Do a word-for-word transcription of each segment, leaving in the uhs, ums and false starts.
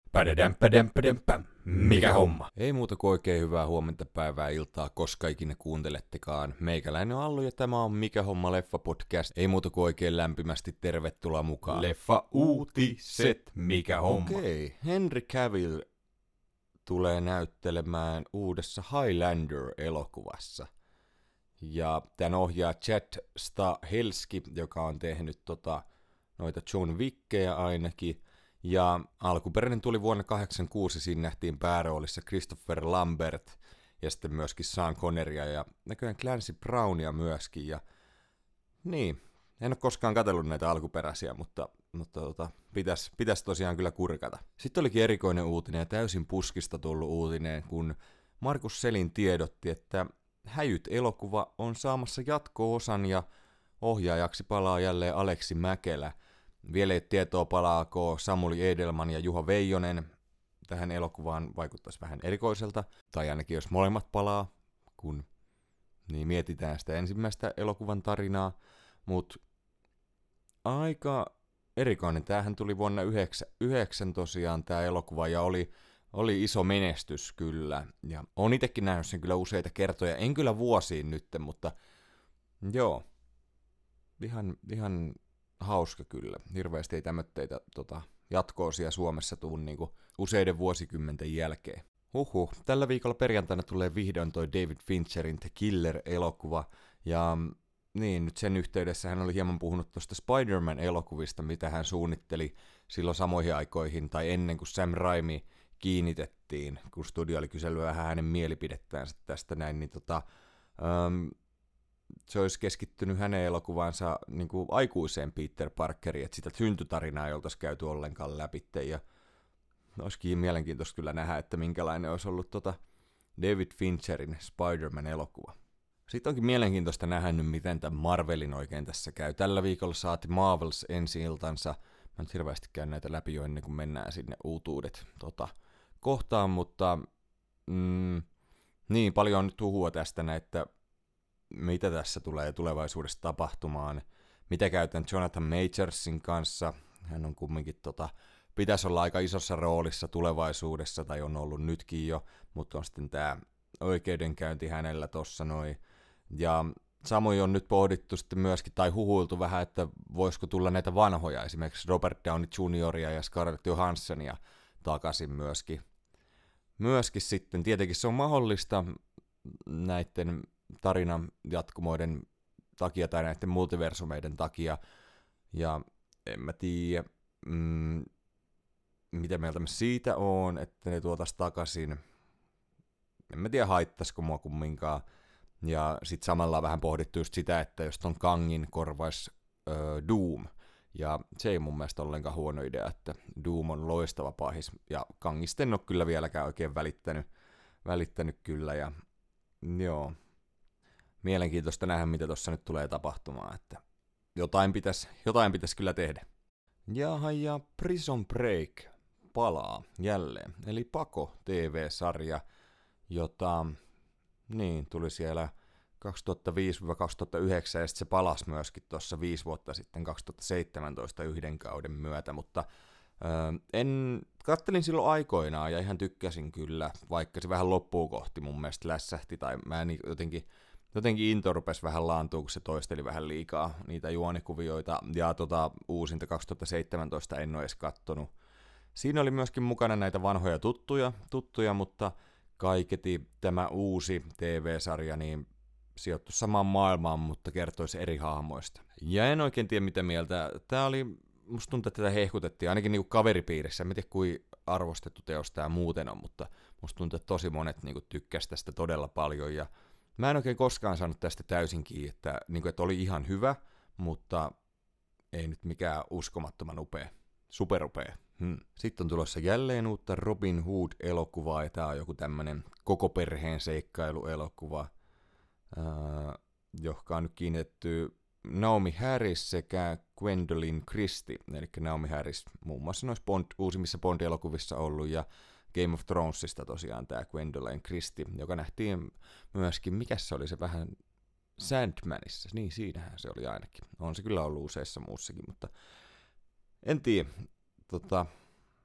Pädädämpädämpädämpä. Mikä homma? Ei muuta kuin oikein hyvää huomenta, päivää, iltaa, koska ikinä kuuntelettekaan. Meikäläinen on Allu ja tämä on Mikä homma leffa podcast. Ei muuta kuin oikein lämpimästi tervetuloa mukaan. Leffa uutiset, mikä homma? Okei, Henry Cavill tulee näyttelemään uudessa Highlander-elokuvassa. Ja tämän ohjaa Chad Stahelski, joka on tehnyt tota, noita John Wickkejä ainakin. Ja alkuperäinen tuli vuonna kahdeksankymmentäkuusi, siinä nähtiin pääroolissa Christopher Lambert ja sitten myöskin Sean Conneria ja näköjään Clancy Brownia myöskin. Ja niin, en ole koskaan katsellut näitä alkuperäisiä, mutta, mutta tota, pitäisi pitäis tosiaan kyllä kurkata. Sitten olikin erikoinen uutinen ja täysin puskista tullut uutinen, kun Markus Selin tiedotti, että Häjyt-elokuva on saamassa jatko-osan ja ohjaajaksi palaa jälleen Aleksi Mäkelä. Vielä ei tietoa, palaako Samuli Edelman ja Juha Veijonen tähän elokuvaan, vaikuttaisi vähän erikoiselta. Tai ainakin jos molemmat palaa, kun niin mietitään sitä ensimmäistä elokuvan tarinaa. Mutta aika erikoinen. Tämähän tuli vuonna yhdeksänkymmentäyhdeksän tosiaan tämä elokuva ja oli, oli iso menestys kyllä. Ja olen itsekin nähnyt sen kyllä useita kertoja. En kyllä vuosiin nyt, mutta joo. Ihan... ihan hauska kyllä. Hirveästi ei tämmöitä tota, jatko-osia Suomessa tuu niinku useiden vuosikymmenten jälkeen. Huhhuh. Tällä viikolla perjantaina tulee vihdoin toi David Fincherin The Killer-elokuva. Ja niin, nyt sen yhteydessä hän oli hieman puhunut tuosta Spider-Man-elokuvista, mitä hän suunnitteli silloin samoihin aikoihin, tai ennen kuin Sam Raimi kiinnitettiin, kun studio oli kysellyt vähän hänen mielipidettään tästä näin, niin tota... Um, se olisi keskittynyt hänen elokuvaansa niin kuin aikuiseen Peter Parkeriin, että sitä syntytarinaa ei oltaisi käyty ollenkaan läpi. Ja olisikin mielenkiintoista kyllä nähdä, että minkälainen olisi ollut tota David Fincherin Spider-Man-elokuva. Sitten onkin mielenkiintoista nähdä nyt, miten tämän Marvelin oikein tässä käy. Tällä viikolla saati Marvels ensi-iltansa. Mä nyt hirveästi käyn näitä läpi jo ennen kuin mennään sinne uutuudet tota, kohtaan, mutta mm, niin paljon on nyt tuhua tästä näitä, mitä tässä tulee tulevaisuudessa tapahtumaan, mitä käytän Jonathan Majorsin kanssa, hän on kumminkin, tota, pitäisi olla aika isossa roolissa tulevaisuudessa, tai on ollut nytkin jo, mutta on sitten tämä oikeudenkäynti hänellä tossa noin, ja samoin on nyt pohdittu sitten myöskin, tai huhuiltu vähän, että voisiko tulla näitä vanhoja, esimerkiksi Robert Downey junioria ja Scarlett Johanssenia takaisin myöskin. Myöskin sitten, tietenkin se on mahdollista näiden tarinan jatkumoiden takia tai näiden multiversumeiden takia. Ja en mä tiedä, mm, mitä mieltä mä siitä on, että ne tuotais takaisin. En mä tiedä, haittaisiko mua kumminkaan. Ja sit samalla on vähän pohdittu just sitä, että jos ton Kangin korvaisi öö, Doom. Ja se ei mun mielestä ollenkaan huono idea, että Doom on loistava pahis. Ja Kangista en ole kyllä vieläkään oikein välittänyt, välittänyt kyllä. Ja joo. Mielenkiintoista nähdä, mitä tuossa nyt tulee tapahtumaan, että jotain pitäisi jotain pitäis kyllä tehdä. Jaha, ja Prison Break palaa jälleen, eli Pako T V-sarja, jota niin, tuli siellä kaksituhattaviisi kaksituhattayhdeksän, ja sitten se palasi myöskin tuossa viisi vuotta sitten kaksituhattaseitsemäntoista yhden kauden myötä, mutta ö, en, kattelin silloin aikoinaan ja ihan tykkäsin kyllä, vaikka se vähän loppuun kohti mun mielestä lässähti, tai mä en jotenkin Jotenkin into rupesi vähän laantua, kun se toisteli vähän liikaa niitä juonikuvioita, ja tota, uusinta kaksituhattaseitsemäntoista en ole edes kattonut. Siinä oli myöskin mukana näitä vanhoja tuttuja, tuttuja, mutta kaiketi tämä uusi T V-sarja niin sijoittui samaan maailmaan, mutta kertoisi eri hahmoista. Ja en oikein tiedä, mitä mieltä. Tämä oli, musta tuntuu, että tätä hehkutettiin, ainakin niinku kaveripiirissä. En tiedä, kuinka arvostettu teos tämä muuten on, mutta musta tuntuu, että tosi monet niinku tykkäsivät tästä todella paljon, ja mä en oikein koskaan saanut tästä täysin kiinni, että, niin kuin, että oli ihan hyvä, mutta ei nyt mikään uskomattoman upea. Superupea. Hmm. Sitten on tulossa jälleen uutta Robin Hood-elokuvaa, ja tää on joku tämmönen koko perheen seikkailuelokuva, äh, johon on nyt kiinnitetty Naomi Harris sekä Gwendolyn Christie, eli Naomi Harris muun muassa noissa Bond, uusimmissa Bond-elokuvissa ollut, ja Game of Thronesista tosiaan tämä Gwendolyn Christie, joka nähtiin myöskin, mikä se oli se vähän Sandmanissa, niin siinähän se oli ainakin. On se kyllä ollut useissa muussakin, mutta en tiedä. Tota,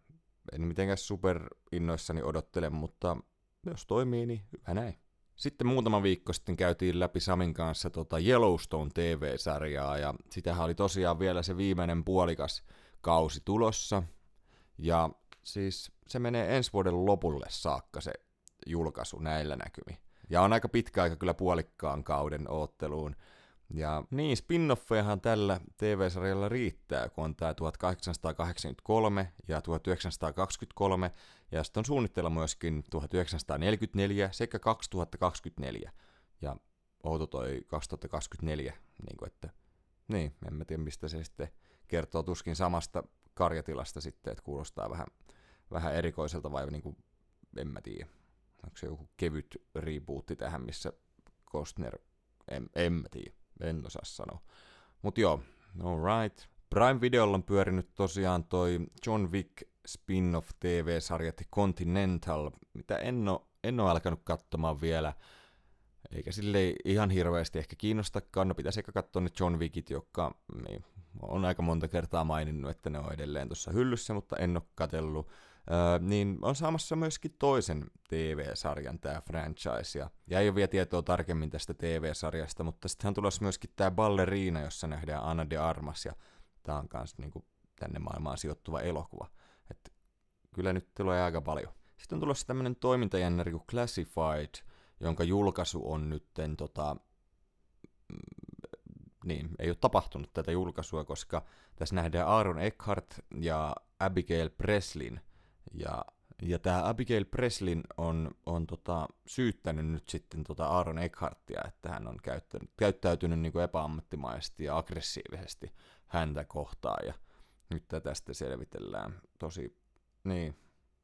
en mitenkään super innoissani odottele, mutta jos toimii, niin hyvä näin. Sitten muutama viikko sitten käytiin läpi Samin kanssa tota Yellowstone T V-sarjaa, ja sitähän oli tosiaan vielä se viimeinen puolikas kausi tulossa, ja siis se menee ensi vuoden lopulle saakka se julkaisu näillä näkymin. Ja on aika pitkä aika kyllä puolikkaan kauden ootteluun. Ja niin, spin-offejahan tällä T V-sarjalla riittää, kun on tää tuhatkahdeksansataakahdeksankymmentäkolme ja tuhatyhdeksänsataakaksikymmentäkolme, ja sitten on suunnitteilla myöskin tuhatyhdeksänsataaneljäkymmentäneljä sekä kaksituhattakaksikymmentäneljä. Ja outo toi kaksituhattakaksikymmentäneljä, niin kuin että, niin, en mä tiedä mistä se sitten kertoo, tuskin samasta karjatilasta sitten, että kuulostaa vähän, vähän erikoiselta vai niin kuin, en mä tiedä. Onko se joku kevyt rebootti tähän, missä Costner, en, en mä tiedä, en osaa sanoa. Mut joo, alright. Prime Videolla on pyörinyt tosiaan toi John Wick spin-off T V-sarja The Continental, mitä en oo, en oo alkanut katsomaan vielä, eikä silleen ihan hirveästi ehkä kiinnostakaan. No pitäisi ehkä katsoa ne John Wickit, jotka niin, on aika monta kertaa maininnut, että ne on edelleen tuossa hyllyssä, mutta en oo katsellut. Öö, niin on saamassa myöskin toisen T V-sarjan tämä franchise, ja, ja ei ole vielä tietoa tarkemmin tästä T V-sarjasta, mutta sitten on tulossa myöskin tämä Ballerina, jossa nähdään Ana de Armas, ja tämä on myös niinku tänne maailmaan sijoittuva elokuva. Et kyllä nyt tulee aika paljon. Sitten on tulossa tämmöinen toimintajännäri kuin Classified, jonka julkaisu on nytten tota, niin, ei ole tapahtunut tätä julkaisua, koska tässä nähdään Aaron Eckhart ja Abigail Breslin. Ja, ja tämä Abigail Breslin on, on tota, syyttänyt nyt sitten tota Aaron Eckhartia, että hän on käyttänyt, käyttäytynyt niin kuin epäammattimaisesti ja aggressiivisesti häntä kohtaan. Ja nyt tästä selvitellään. Tosi, niin,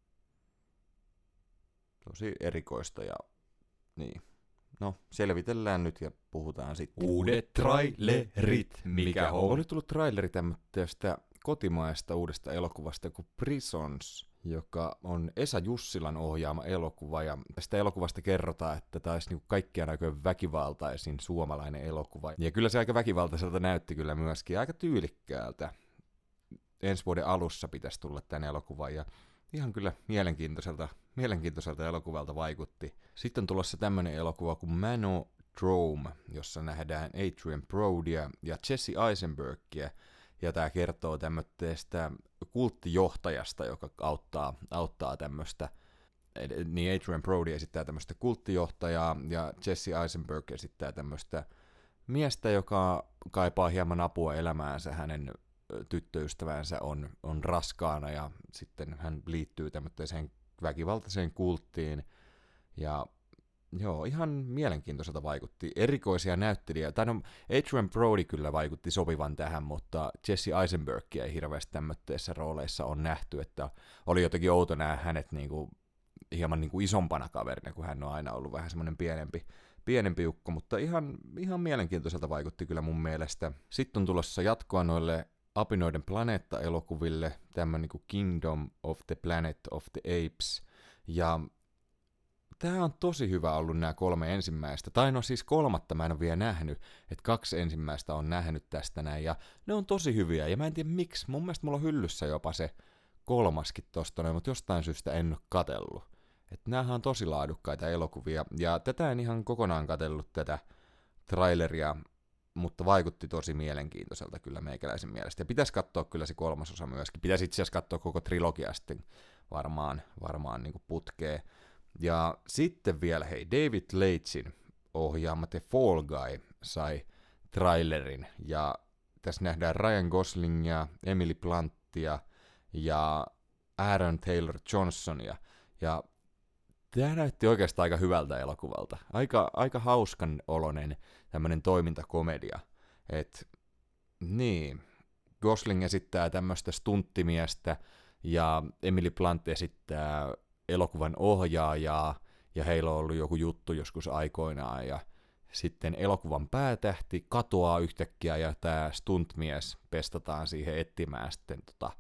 tosi erikoista ja niin. No, selvitellään nyt ja puhutaan sitten. Uudet trailerit, mikä on? Oli tullut traileri tämmöistä kotimaista uudesta elokuvasta kuin Prisons, joka on Esa Jussilan ohjaama elokuva, ja tästä elokuvasta kerrotaan, että tämä olisi niin kaikkien aikojen väkivaltaisin suomalainen elokuva. Ja kyllä se aika väkivaltaiselta näytti kyllä myöskin, aika tyylikkäältä. Ensi vuoden alussa pitäisi tulla tämän elokuvan, ja ihan kyllä mielenkiintoiselta, mielenkiintoiselta elokuvalta vaikutti. Sitten on tulossa tämmöinen elokuva kuin Manodrome, jossa nähdään Adrian Brodya ja Jesse Eisenbergia, ja tämä kertoo tämmöistä kulttijohtajasta, joka auttaa, auttaa tämmöistä, niin Adrian Brody esittää tämmöistä kulttijohtajaa, ja Jesse Eisenberg esittää tämmöistä miestä, joka kaipaa hieman apua elämäänsä, hänen tyttöystävänsä on, on raskaana, ja sitten hän liittyy tämmöiseen väkivaltaiseen kulttiin, ja joo, ihan mielenkiintoiselta vaikutti. Erikoisia näyttelijä. Tai no, Adrian Brody kyllä vaikutti sopivan tähän, mutta Jesse Eisenbergia ei hirveästi tämmöisissä rooleissa on nähty, että oli jotenkin outo nähdä hänet niinku, hieman niinku isompana kaverina, kun hän on aina ollut vähän semmoinen pienempi, pienempi ukko, mutta ihan, ihan mielenkiintoiselta vaikutti kyllä mun mielestä. Sitten on tulossa jatkoa noille Apinoiden planeetta-elokuville, tämmöinen niinku Kingdom of the Planet of the Apes, ja tää on tosi hyvä ollut nämä kolme ensimmäistä, tai no siis kolmatta mä en ole vielä nähnyt, että kaksi ensimmäistä on nähnyt tästä näin, ja ne on tosi hyviä, ja mä en tiedä miksi, mun mielestä mulla on hyllyssä jopa se kolmaskin tosta noin, mutta jostain syystä en ole katsellut. Että näähän on tosi laadukkaita elokuvia, ja tätä en ihan kokonaan katsellut tätä traileria, mutta vaikutti tosi mielenkiintoiselta kyllä meikäläisen mielestä, ja pitäisi katsoa kyllä se kolmasosa myöskin, pitäisi itse asiassa katsoa koko trilogia sitten varmaan, varmaan niin kuin putkeen. Ja sitten vielä, hei, David Leitchin ohjaama The Fall Guy sai trailerin, ja tässä nähdään Ryan Goslingia, Emily Bluntia ja Aaron Taylor Johnsonia, ja tämä näytti oikeastaan aika hyvältä elokuvalta, aika, aika hauskan oloinen tämmöinen toimintakomedia, et niin, Gosling esittää tämmöistä stunttimiestä, ja Emily Blunt esittää elokuvan ohjaajaa, ja heillä on ollut joku juttu joskus aikoinaan, ja sitten elokuvan päätähti katoaa yhtäkkiä, ja tämä stuntmies pestataan siihen etsimään sitten tota,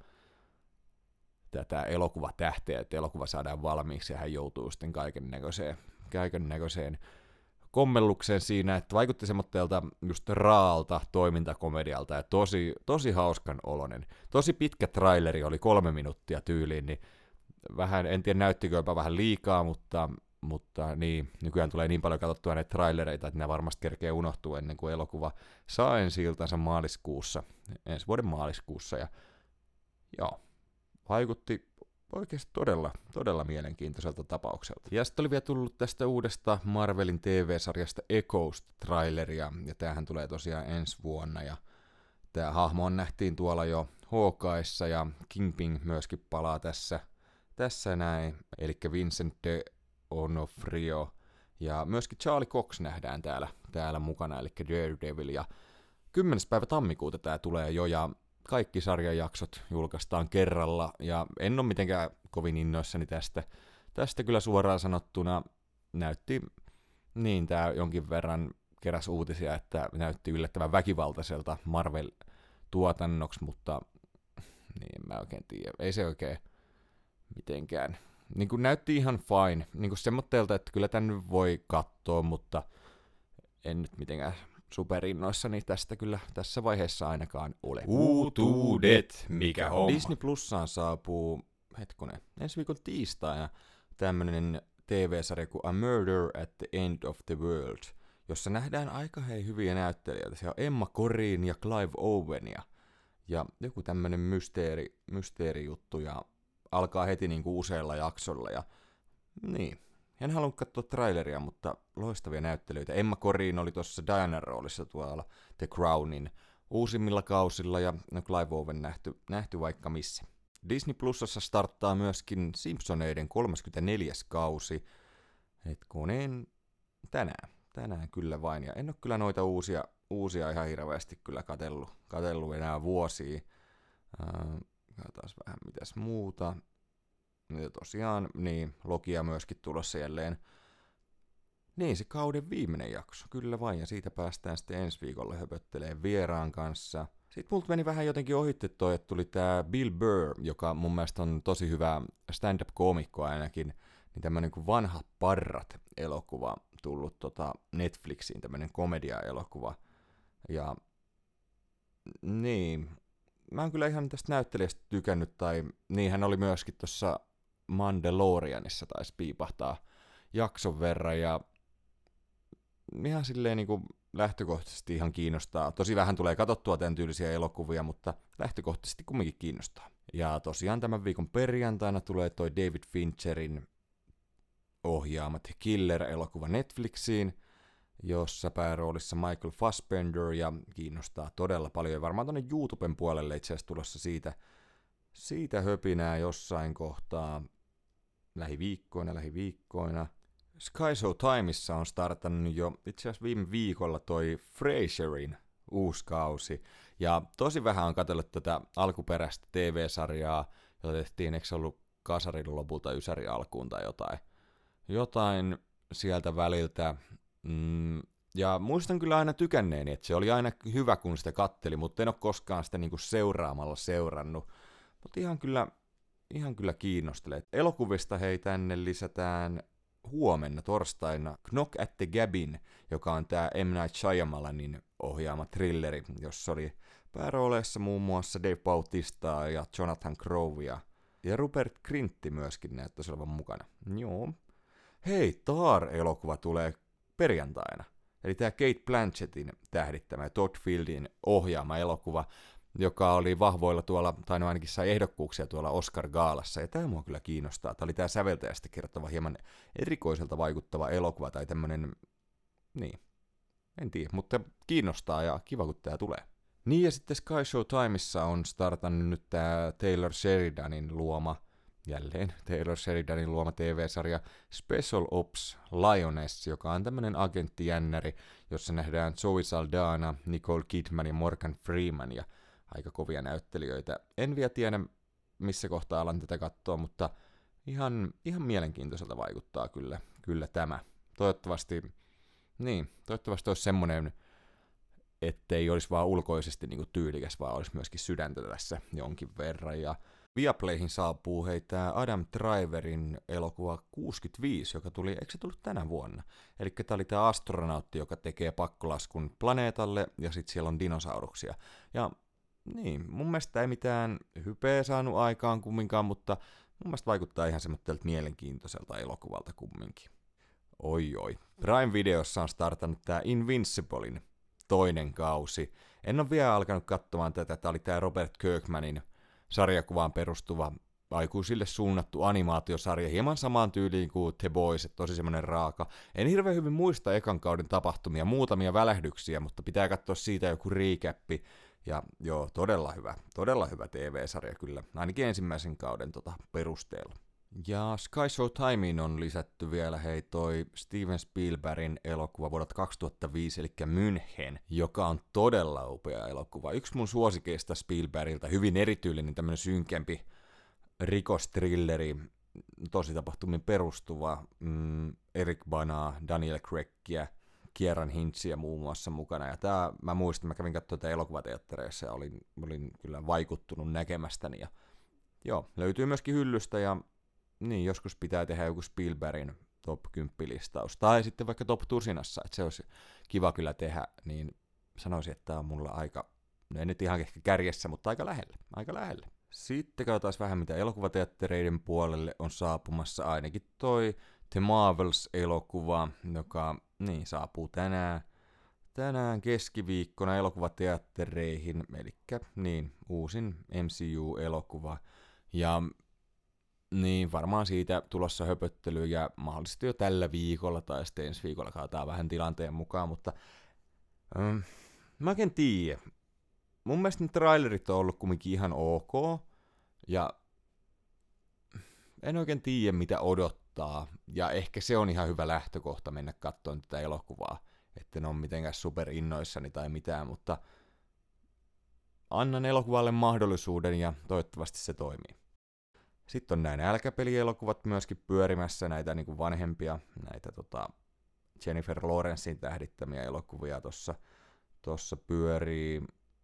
tätä elokuvatähteä, että elokuva saadaan valmiiksi, ja hän joutuu sitten kaiken näköiseen, kaiken näköiseen kommellukseen siinä, että vaikutti semmoitteelta just raalta toimintakomedialta, ja tosi, tosi hauskan oloinen. Tosi pitkä traileri, oli kolme minuuttia tyyliin, niin vähän, en tiedä näyttikö jopa vähän liikaa, mutta, mutta niin, nykyään tulee niin paljon katsottua näitä trailereita, että nämä varmasti kerkee unohtua ennen kuin elokuva saa ensi-iltansa maaliskuussa, ensi vuoden maaliskuussa, ja joo, vaikutti oikeasti todella, todella mielenkiintoiselta tapaukselta. Ja sitten oli vielä tullut tästä uudesta Marvelin T V-sarjasta Echoes-traileria, ja tämähän tulee tosiaan ensi vuonna, ja tämä hahmo on nähtiin tuolla jo Hawkeissa, ja Kingpin myöskin palaa tässä, tässä näin, eli Vincent D'Onofrio, ja myöskin Charlie Cox nähdään täällä, täällä mukana, eli Daredevil, ja kymmenes päivä tammikuuta tämä tulee jo, ja kaikki sarjajaksot julkaistaan kerralla, ja en ole mitenkään kovin innoissani tästä. Tästä kyllä suoraan sanottuna näytti, niin tämä jonkin verran keräs uutisia, että näytti yllättävän väkivaltaiselta Marvel-tuotannoksi, mutta niin mä oikein tiedä, ei se oikein mitenkään. Niin kuin näytti ihan fine, niin kuin semmoitteelta, että kyllä tän voi katsoa, mutta en nyt mitenkään superinnoissani tästä kyllä tässä vaiheessa ainakaan ole. Uutuudet, mikä homma. Disney Plussaan saapuu, hetkonen, ensi viikon tiistaina tämmönen T V-sarja kuin A Murder at the End of the World, jossa nähdään aika hei hyviä näyttelijöitä. Se on Emma Corrin ja Clive Owenia. Ja joku tämmönen mysteeri, mysteerijuttu ja alkaa heti niinku useilla jaksolla. Ja niin, en halunnut katsoa traileria, mutta loistavia näyttelyitä. Emma Corrin oli tuossa Dianan roolissa tuolla The Crownin uusimmilla kausilla ja no Clive Owen nähty, nähty vaikka missä. Disney Plusassa starttaa myöskin Simpsoneiden kolmaskymmenesneljäs kausi. Hetkoneen tänään. Tänään kyllä vain. Ja en ole kyllä noita uusia, uusia ihan hirveästi kyllä katsellut, katsellut enää vuosia. Äh, katsotaan vähän mitäs muuta. Ja tosiaan, niin, Lokia myöskin tulossa jälleen. Niin, se kauden viimeinen jakso, kyllä vain, ja siitä päästään sitten ensi viikolla höpöttelemään vieraan kanssa. Sitten multa meni vähän jotenkin ohitte toi, että tuli tää Bill Burr, joka mun mielestä on tosi hyvä stand-up-koomikko ainakin, niin tämmönen kuin Vanhat parrat-elokuva tullut tota Netflixiin, tämmönen komedia-elokuva. Ja niin, mä oon kyllä ihan tästä näyttelijästä tykännyt, tai niin hän oli myöskin tuossa Mandalorianissa taisi piipahtaa jakson verran, ja ihan silleen niin kuin lähtökohtaisesti ihan kiinnostaa. Tosi vähän tulee katsottua tämän tyylisiä elokuvia, mutta lähtökohtaisesti kumminkin kiinnostaa. Ja tosiaan tämän viikon perjantaina tulee toi David Fincherin ohjaamat Killer-elokuva Netflixiin, jossa pääroolissa Michael Fassbender, ja kiinnostaa todella paljon. Ja varmaan tuonne YouTuben puolelle itse asiassa tulossa siitä, siitä höpinää jossain kohtaa lähiviikkoina, lähiviikkoina. Sky Show Timessa on startannut jo itse asiassa viime viikolla toi Frasierin uusi kausi. Ja tosi vähän on katsellut tätä alkuperäistä T V-sarjaa, jota tehtiin, eikö se ollut Kasarin lopulta Ysäri alkuun tai jotain. Jotain sieltä väliltä. Mm, ja muistan kyllä aina tykänneeni, että se oli aina hyvä, kun sitä katteli, mutta en ole koskaan sitä niinku seuraamalla seurannut. Mutta ihan kyllä, ihan kyllä kiinnostelee. Elokuvista hei tänne lisätään huomenna torstaina Knock at the Cabin, joka on tää M. Night Shyamalanin ohjaama thrilleri, jossa oli päärooleissa muun muassa Dave Bautista ja Jonathan Growe ja Rupert Grintti myöskin näyttäisi olevan mukana. Joo. Hei, Tar-elokuva tulee perjantaina. Eli tää Kate Blanchettin tähdittämä ja Todd Fieldin ohjaama elokuva, joka oli vahvoilla tuolla, tai no ainakin sai ehdokkuuksia tuolla Oscar-gaalassa, ja tämä mua kyllä kiinnostaa. Tämä oli tämä säveltäjästä kertova hieman erikoiselta vaikuttava elokuva, tai tämmönen, niin, en tiedä, mutta kiinnostaa ja kiva, kun tämä tulee. Niin, ja sitten Sky Show Timessa on startannut nyt tämä Taylor Sheridanin luoma, jälleen Taylor Sheridanin luoma T V-sarja Special Ops Lioness, joka on tämmönen agenttijännäri, jossa nähdään Zoe Saldana, Nicole Kidman ja Morgan Freeman, ja aika kovia näyttelijöitä. En vielä tiedä, missä kohtaa alan tätä katsoa, mutta ihan, ihan mielenkiintoiselta vaikuttaa kyllä, kyllä tämä. Toivottavasti, niin, toivottavasti olisi semmoinen, ettei olisi vaan ulkoisesti niin kuin tyylikäs, vaan olisi myöskin sydäntä tässä jonkin verran. Ja Viaplayhin saapuu heitä Adam Driverin elokuva kuusikymmentäviisi, joka tuli, eikö se tullut tänä vuonna? Eli tämä oli tämä astronautti, joka tekee pakkolaskun planeetalle, ja sitten siellä on dinosauruksia. Ja niin, mun mielestä ei mitään hypeä saanut aikaan kumminkaan, mutta mun mielestä vaikuttaa ihan semmoiselta mielenkiintoiselta elokuvalta kumminkin. Oi oi. Prime Videossa on startannut tää Invinciblein toinen kausi. En ole vielä alkanut katsomaan tätä. Tää oli tää Robert Kirkmanin sarjakuvaan perustuva aikuisille suunnattu animaatiosarja, hieman samaan tyyliin kuin The Boys, että tosi semmoinen raaka. En hirveän hyvin muista ekan kauden tapahtumia, muutamia välähdyksiä, mutta pitää katsoa siitä joku recappi. Ja joo, todella hyvä, todella hyvä T V-sarja kyllä, ainakin ensimmäisen kauden tota perusteella. Ja Sky Showtimeen on lisätty vielä hei toi Steven Spielbergin elokuva vuodelta kaksituhattaviisi, eli München, joka on todella upea elokuva. Yksi mun suosikeista Spielbergiltä, hyvin erityylinen tämmönen synkempi rikostrilleri, tositapahtumiin perustuva, mm, Eric Banaa, Daniel Craiggia, Kieran Hintzia muun muassa mukana. Ja tää, mä muistan, mä kävin katsomaan tätä elokuvateattereissa ja olin, olin kyllä vaikuttunut näkemästäni. Ja joo, löytyy myöskin hyllystä ja niin, joskus pitää tehdä joku Spielbergin top kymmenen listaus. Tai sitten vaikka top tusinassa, että se olisi kiva kyllä tehdä, niin sanoisin, että tää on mulla aika, no ei nyt ihan ehkä kärjessä, mutta aika lähellä, aika lähellä. Sitten katsotaan vähän, mitä elokuvateattereiden puolelle on saapumassa. Ainakin toi The Marvels-elokuva, joka niin, saapuu tänään, tänään keskiviikkona elokuvateattereihin. Eli niin, uusin M C U-elokuva. Ja niin, varmaan siitä tulossa höpöttelyä ja mahdollisesti jo tällä viikolla tai sitten ensi viikolla katsotaan vähän tilanteen mukaan. Mutta ähm, mä en tiedä. Mun mielestä ne trailerit on ollut kumminkin ihan ok, ja en oikein tiedä mitä odottaa, ja ehkä se on ihan hyvä lähtökohta mennä katsomaan tätä elokuvaa, etten ole mitenkään superinnoissani tai mitään, mutta annan elokuvalle mahdollisuuden ja toivottavasti se toimii. Sitten on näin älkäpelielokuvat myöskin pyörimässä, näitä niin kuin vanhempia, näitä tota Jennifer Lawrencein tähdittämiä elokuvia tossa, tossa pyörii.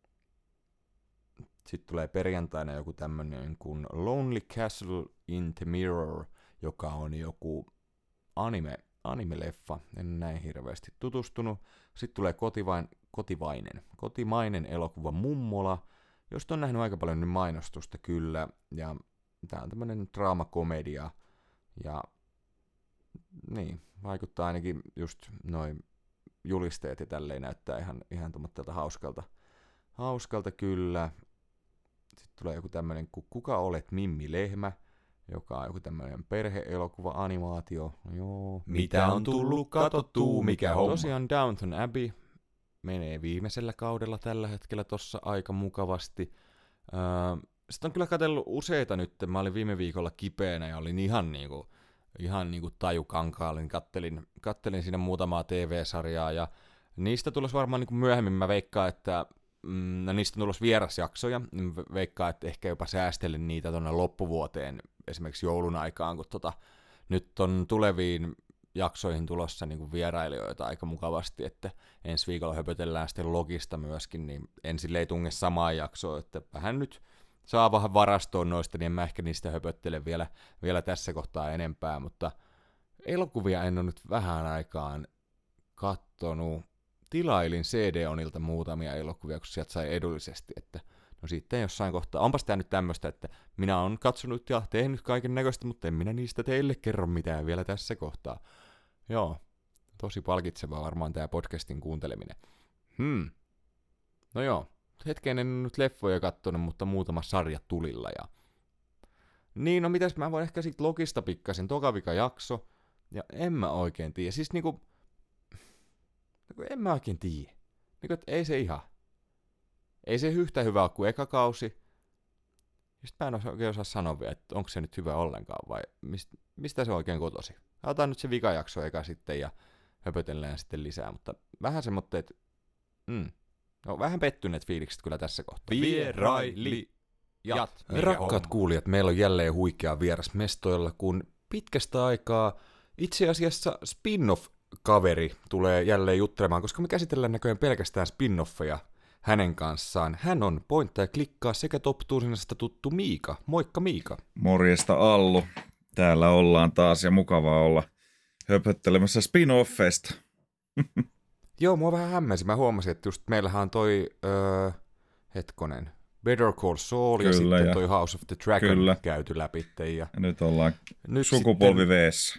Sitten tulee perjantaina joku tämmönen kuin Lonely Castle in the Mirror, joka on joku anime, anime-leffa, en näin hirveästi tutustunut. Sitten tulee kotivain, kotivainen, kotimainen elokuva Mummola, josta on nähnyt aika paljon mainostusta kyllä, ja tää on tämmönen draamakomedia, ja niin, vaikuttaa ainakin just noin julisteet ja tälleen näyttää ihan, ihan tommoittelta hauskalta, hauskalta kyllä. Sitten tulee joku tämmönen kuin Kuka olet Mimmi Lehmä, joka on joku tämmönen perhe-elokuva-animaatio. Joo. Mitä on tullut katsottua, mikä homma? Tosiaan Downton Abbey menee viimeisellä kaudella tällä hetkellä tossa aika mukavasti. Öö, Sitten on kyllä katsellut useita nyt. Mä olin viime viikolla kipeänä ja olin ihan niinku, ihan niinku tajukankaalla. Kattelin, kattelin siinä muutamaa T V-sarjaa ja niistä tulos varmaan niinku myöhemmin. Mä veikkaan, että no niistä on tulossa vierasjaksoja, veikkaan, että ehkä jopa säästelen niitä tuonne loppuvuoteen, esimerkiksi joulun aikaan, kun tota, nyt on tuleviin jaksoihin tulossa niin kuin vierailijoita aika mukavasti, että ensi viikolla höpötellään sitten logista myöskin, niin en silleen tunge samaa jaksoa, että vähän nyt saa vähän varastoon noista, niin en mä ehkä niistä höpöttele vielä, vielä tässä kohtaa enempää, mutta elokuvia en ole nyt vähän aikaan kattonut. Tilailin C D-onilta muutamia elokuvia, kun sieltä sai edullisesti, että no sitten jossain kohtaa, onpas tää nyt tämmöstä, että minä olen katsonut ja tehnyt kaiken näköistä, mutta en minä niistä teille kerro mitään vielä tässä kohtaa. Joo, tosi palkitsevaa varmaan tää podcastin kuunteleminen. Hmm. No joo, hetken en nyt leffoja kattonut, mutta muutama sarja tulilla ja niin, no mitäs mä voin ehkä siitä logista pikkasen, toka vika jakso, ja en mä oikein tiedä, siis niinku en mä oikein tiedä. Niin, että ei se ihan. Ei se yhtä hyvä ole kuin eka kausi. Sitten mä en oikein osaa sanoa vielä, että onko se nyt hyvä ollenkaan vai mist, mistä se on oikein kotosi. Otetaan nyt se vikajakso eka sitten ja höpötellään sitten lisää, mutta vähän semmoitteet, että mm, no vähän pettyneet fiilikset kyllä tässä kohtaa. Vieraili jat. Rakkaat kuulijat, meillä on jälleen huikea vieras mestoilla, kun pitkästä aikaa itse asiassa spin-off kaveri tulee jälleen juttelemaan, koska me käsitellään näköjään pelkästään spin-offeja hänen kanssaan. Hän on Pointta ja klikkaa sekä Top Tuusinasta tuttu Miika. Moikka Miika. Morjesta Allu. Täällä ollaan taas ja mukavaa olla höpöttelemässä spin-offeista. Joo, mua vähän hämmensi. Mä huomasin, että just meillähän on toi, öö, hetkonen, Better Call Saul ja Kyllä, sitten ja- toi House of the Dragon Kyllä. käyty läpi. Ja Ja nyt ollaan nyt sukupolvi sitten- veessä.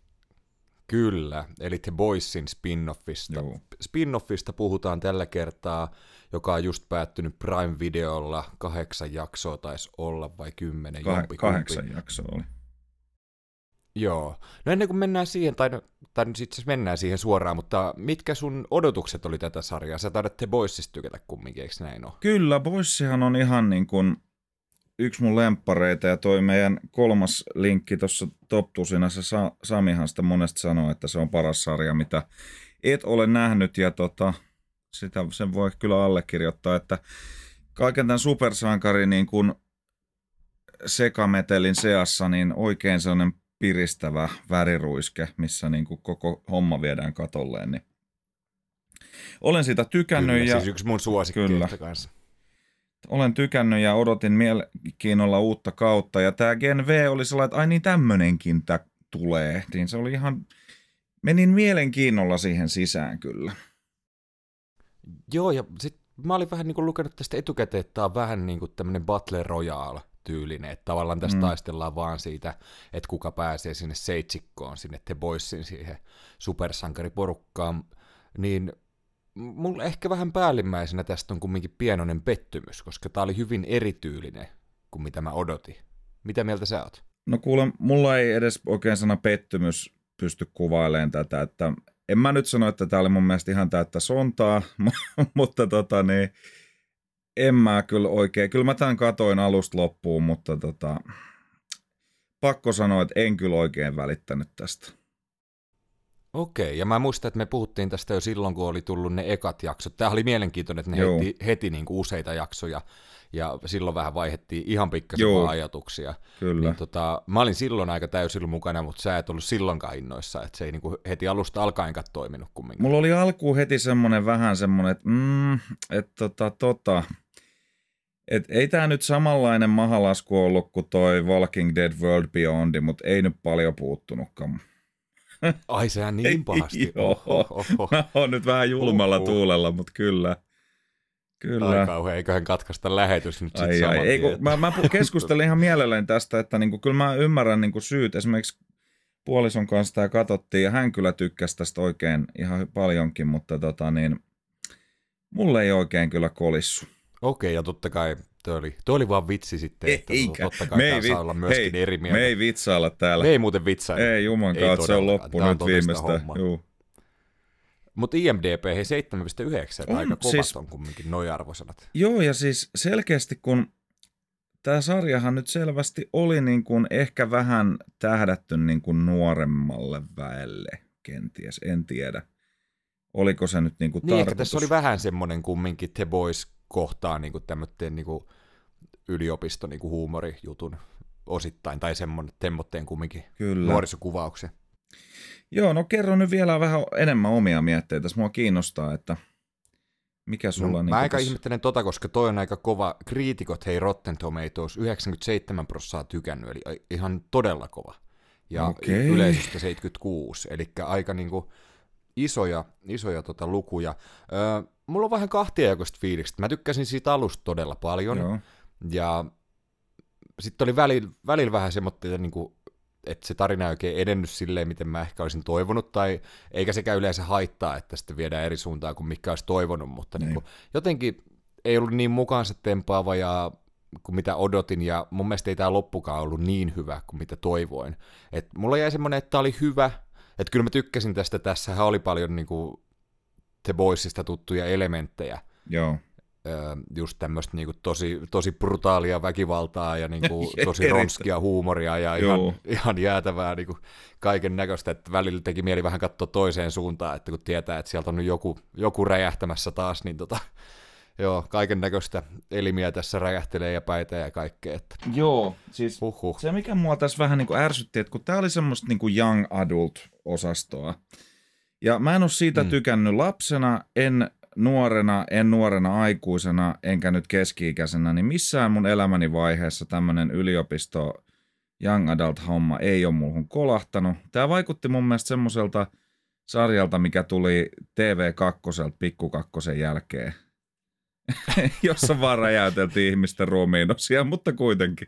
Kyllä, eli The Boysin spin-offista. Joo. Spin-offista puhutaan tällä kertaa, joka on just päättynyt Prime-videolla. Kahdeksan jaksoa taisi olla vai kymmenen, Kah- jompikumpi. kahdeksan jaksoa oli. Joo. No ennen kuin mennään siihen, tai, no- tai nyt itse asiassa mennään siihen suoraan, mutta mitkä sun odotukset oli tätä sarjaa? Sä taidat The Boysista tykätä kumminkin, eikö näin ole? Kyllä, Boysihan on ihan niin kuin yksi mun lemppareita ja toi meidän kolmas linkki tuossa Top-tusinassa, Sa- Samihan sitä monesti sanoo, että se on paras sarja, mitä et ole nähnyt ja tota, sitä, sen voi kyllä allekirjoittaa, että kaiken tämän supersankarin niin kuin sekametelin seassa niin oikein sellainen piristävä väriruiske, missä niin kuin koko homma viedään katolleen, niin olen sitä tykännyt Kyllä, ja siis yksi mun suosikkeista Kyllä. kanssa. olen tykännyt ja odotin mielenkiinnolla uutta kautta. Ja tämä Gen V oli sellainen, että ai niin tämmönenkin tää tulee. Niin se oli ihan, menin mielenkiinnolla siihen sisään kyllä. Joo, ja sit mä olin vähän niin kuin lukenut tästä etukäteen, että tää on vähän niin kuin tämmönen Battle Royale-tyylinen, että tavallaan tässä Mm. mm. taistellaan vaan siitä, että kuka pääsee sinne seitsikkoon, sinne The Boysin siihen supersankariporukkaan, niin mulla ehkä vähän päällimmäisenä tästä on kumminkin pienoinen pettymys, koska tää oli hyvin erityylinen kuin mitä mä odotin. Mitä mieltä sä oot? No kuule, mulla ei edes oikein sana pettymys pysty kuvailemaan tätä, että en mä nyt sano, että tää oli mun mielestä ihan täyttä sontaa, mutta tota niin, en mä kyllä oikein, kyllä mä tämän katoin alusta loppuun, mutta tota, pakko sanoa, että en kyllä oikein välittänyt tästä. Okei, ja mä muistan, että me puhuttiin tästä jo silloin, kun oli tullut ne ekat jaksot. Tämä oli mielenkiintoinen, että ne Joo. heti, heti niin kuin useita jaksoja, ja silloin vähän vaihdettiin ihan pikkasen Joo. vaan ajatuksia. Kyllä. Niin tota, mä olin silloin aika täysin mukana, mutta sä et ollut silloinkaan innoissa, että se ei niin kuin heti alusta alkaenkaan toiminut kumminkin. Mulla oli alkuun heti semmonen vähän semmonen, että mm, et tota, tota, et ei tää nyt samanlainen mahalasku ollut kuin toi Walking Dead World Beyond, mutta ei nyt paljon puuttunutkaan. Ai sehän niin pahasti. Joo. Oho, oho. Mä oon nyt vähän julmalla Uhuh. tuulella, mutta kyllä. Kyllä. Ai kauhean, eiköhän katkaista lähetys nyt sit Ai, saman ai. Ei, tien. kun, mä, mä pu- keskustelin ihan mielelläni tästä, että niinku, kyllä mä ymmärrän niinku syyt. Esimerkiksi puolison kanssa tämä katsottiin ja hän kyllä tykkäsi tästä oikein ihan paljonkin, mutta tota niin, mulle ei oikein kyllä kolissu. Okei, ja totta kai toi oli, toi oli vaan vitsi sitten, Ei- että eikä. totta kai Me ei tää vi- saa olla myöskin hei, eri mieltä. Me ei vitsailla täällä. Me ei muuten vitsailla. Ei juman Ei kautta, se on todellakaan. loppu Tää on nyt todesta viimeistä. hommaa. Juu. Mutta I M D B, hei seitsemän pilkku yhdeksän, On, aika kovat siis- on kumminkin noi arvosanat. Joo, ja siis selkeästi kun tämä sarjahan nyt selvästi oli niin kuin ehkä vähän tähdätty niin kuin nuoremmalle väelle kenties, en tiedä. Oliko se nyt niin kuin Niin, ehkä tarkoitus? tässä oli vähän semmoinen kumminkin The Boys kohtaa niin kuin tämmöiden niin kuin yliopisto niin kuin huumorijutun osittain, tai semmoinen temmotteen kumminkin Kyllä. nuorisokuvauksen. Joo, no kerro nyt vielä vähän enemmän omia mietteitä. Mua kiinnostaa, että mikä sulla No, niin mä aika tässä... ihmettelen tota, koska toi on aika kova. Kriitikot, hei Rotten Tomatoes, yhdeksänkymmentäseitsemän prosenttia tykännyt, eli ihan todella kova. Ja Okei. yleisöstä seitsemänkymmentäkuusi, eli aika niinku isoja, isoja tota lukuja. Öö, mulla on vähän kahtiajakoista fiilistä. Mä tykkäsin siitä alusta todella paljon. Joo. Ja sitten oli välillä, välillä vähän semmoista, niinku, että se tarina ei oikein edennyt silleen, miten mä ehkä olisin toivonut, tai eikä sekään yleensä haittaa, että sitten viedään eri suuntaan kuin mikä olisi toivonut, mutta Niin. niinku, jotenkin ei ollut niin mukaansa tempaava ja kuin mitä odotin, ja mun mielestä ei tämä loppukaan ollut niin hyvä kuin mitä toivoin. Et mulla jäi semmoinen, että tämä oli hyvä, että kyllä mä tykkäsin tästä, tässähän oli paljon niinku The Boysista tuttuja elementtejä, Joo. Öö, just tämmöistä niinku tosi, tosi brutaalia väkivaltaa ja niinku tosi Erittäin. ronskia huumoria ja Joo. ihan, ihan jäätävää niinku kaiken näköistä, että välillä teki mieli vähän katsoa toiseen suuntaan, että kun tietää, että sieltä on nyt joku, joku räjähtämässä taas, niin tota, joo, kaiken näköistä elimiä tässä räjähtelee ja päitä ja kaikkea, että Joo, siis huhhuh. se mikä mua tässä vähän niin kuin ärsytti, että kun tää oli semmoista niin kuin young adult-osastoa, ja mä en ole siitä Mm. tykännyt lapsena, en nuorena, en nuorena aikuisena, enkä nyt keski-ikäisenä, niin missään mun elämäni vaiheessa tämmönen yliopisto young adult-homma ei ole muuhun kolahtanut. Tää vaikutti mun mielestä semmoiselta sarjalta, mikä tuli T V kaksi, Pikku kakkosen jälkeen. jossa vaan räjäyteltiin ihmisten ruumiinosia, mutta kuitenkin.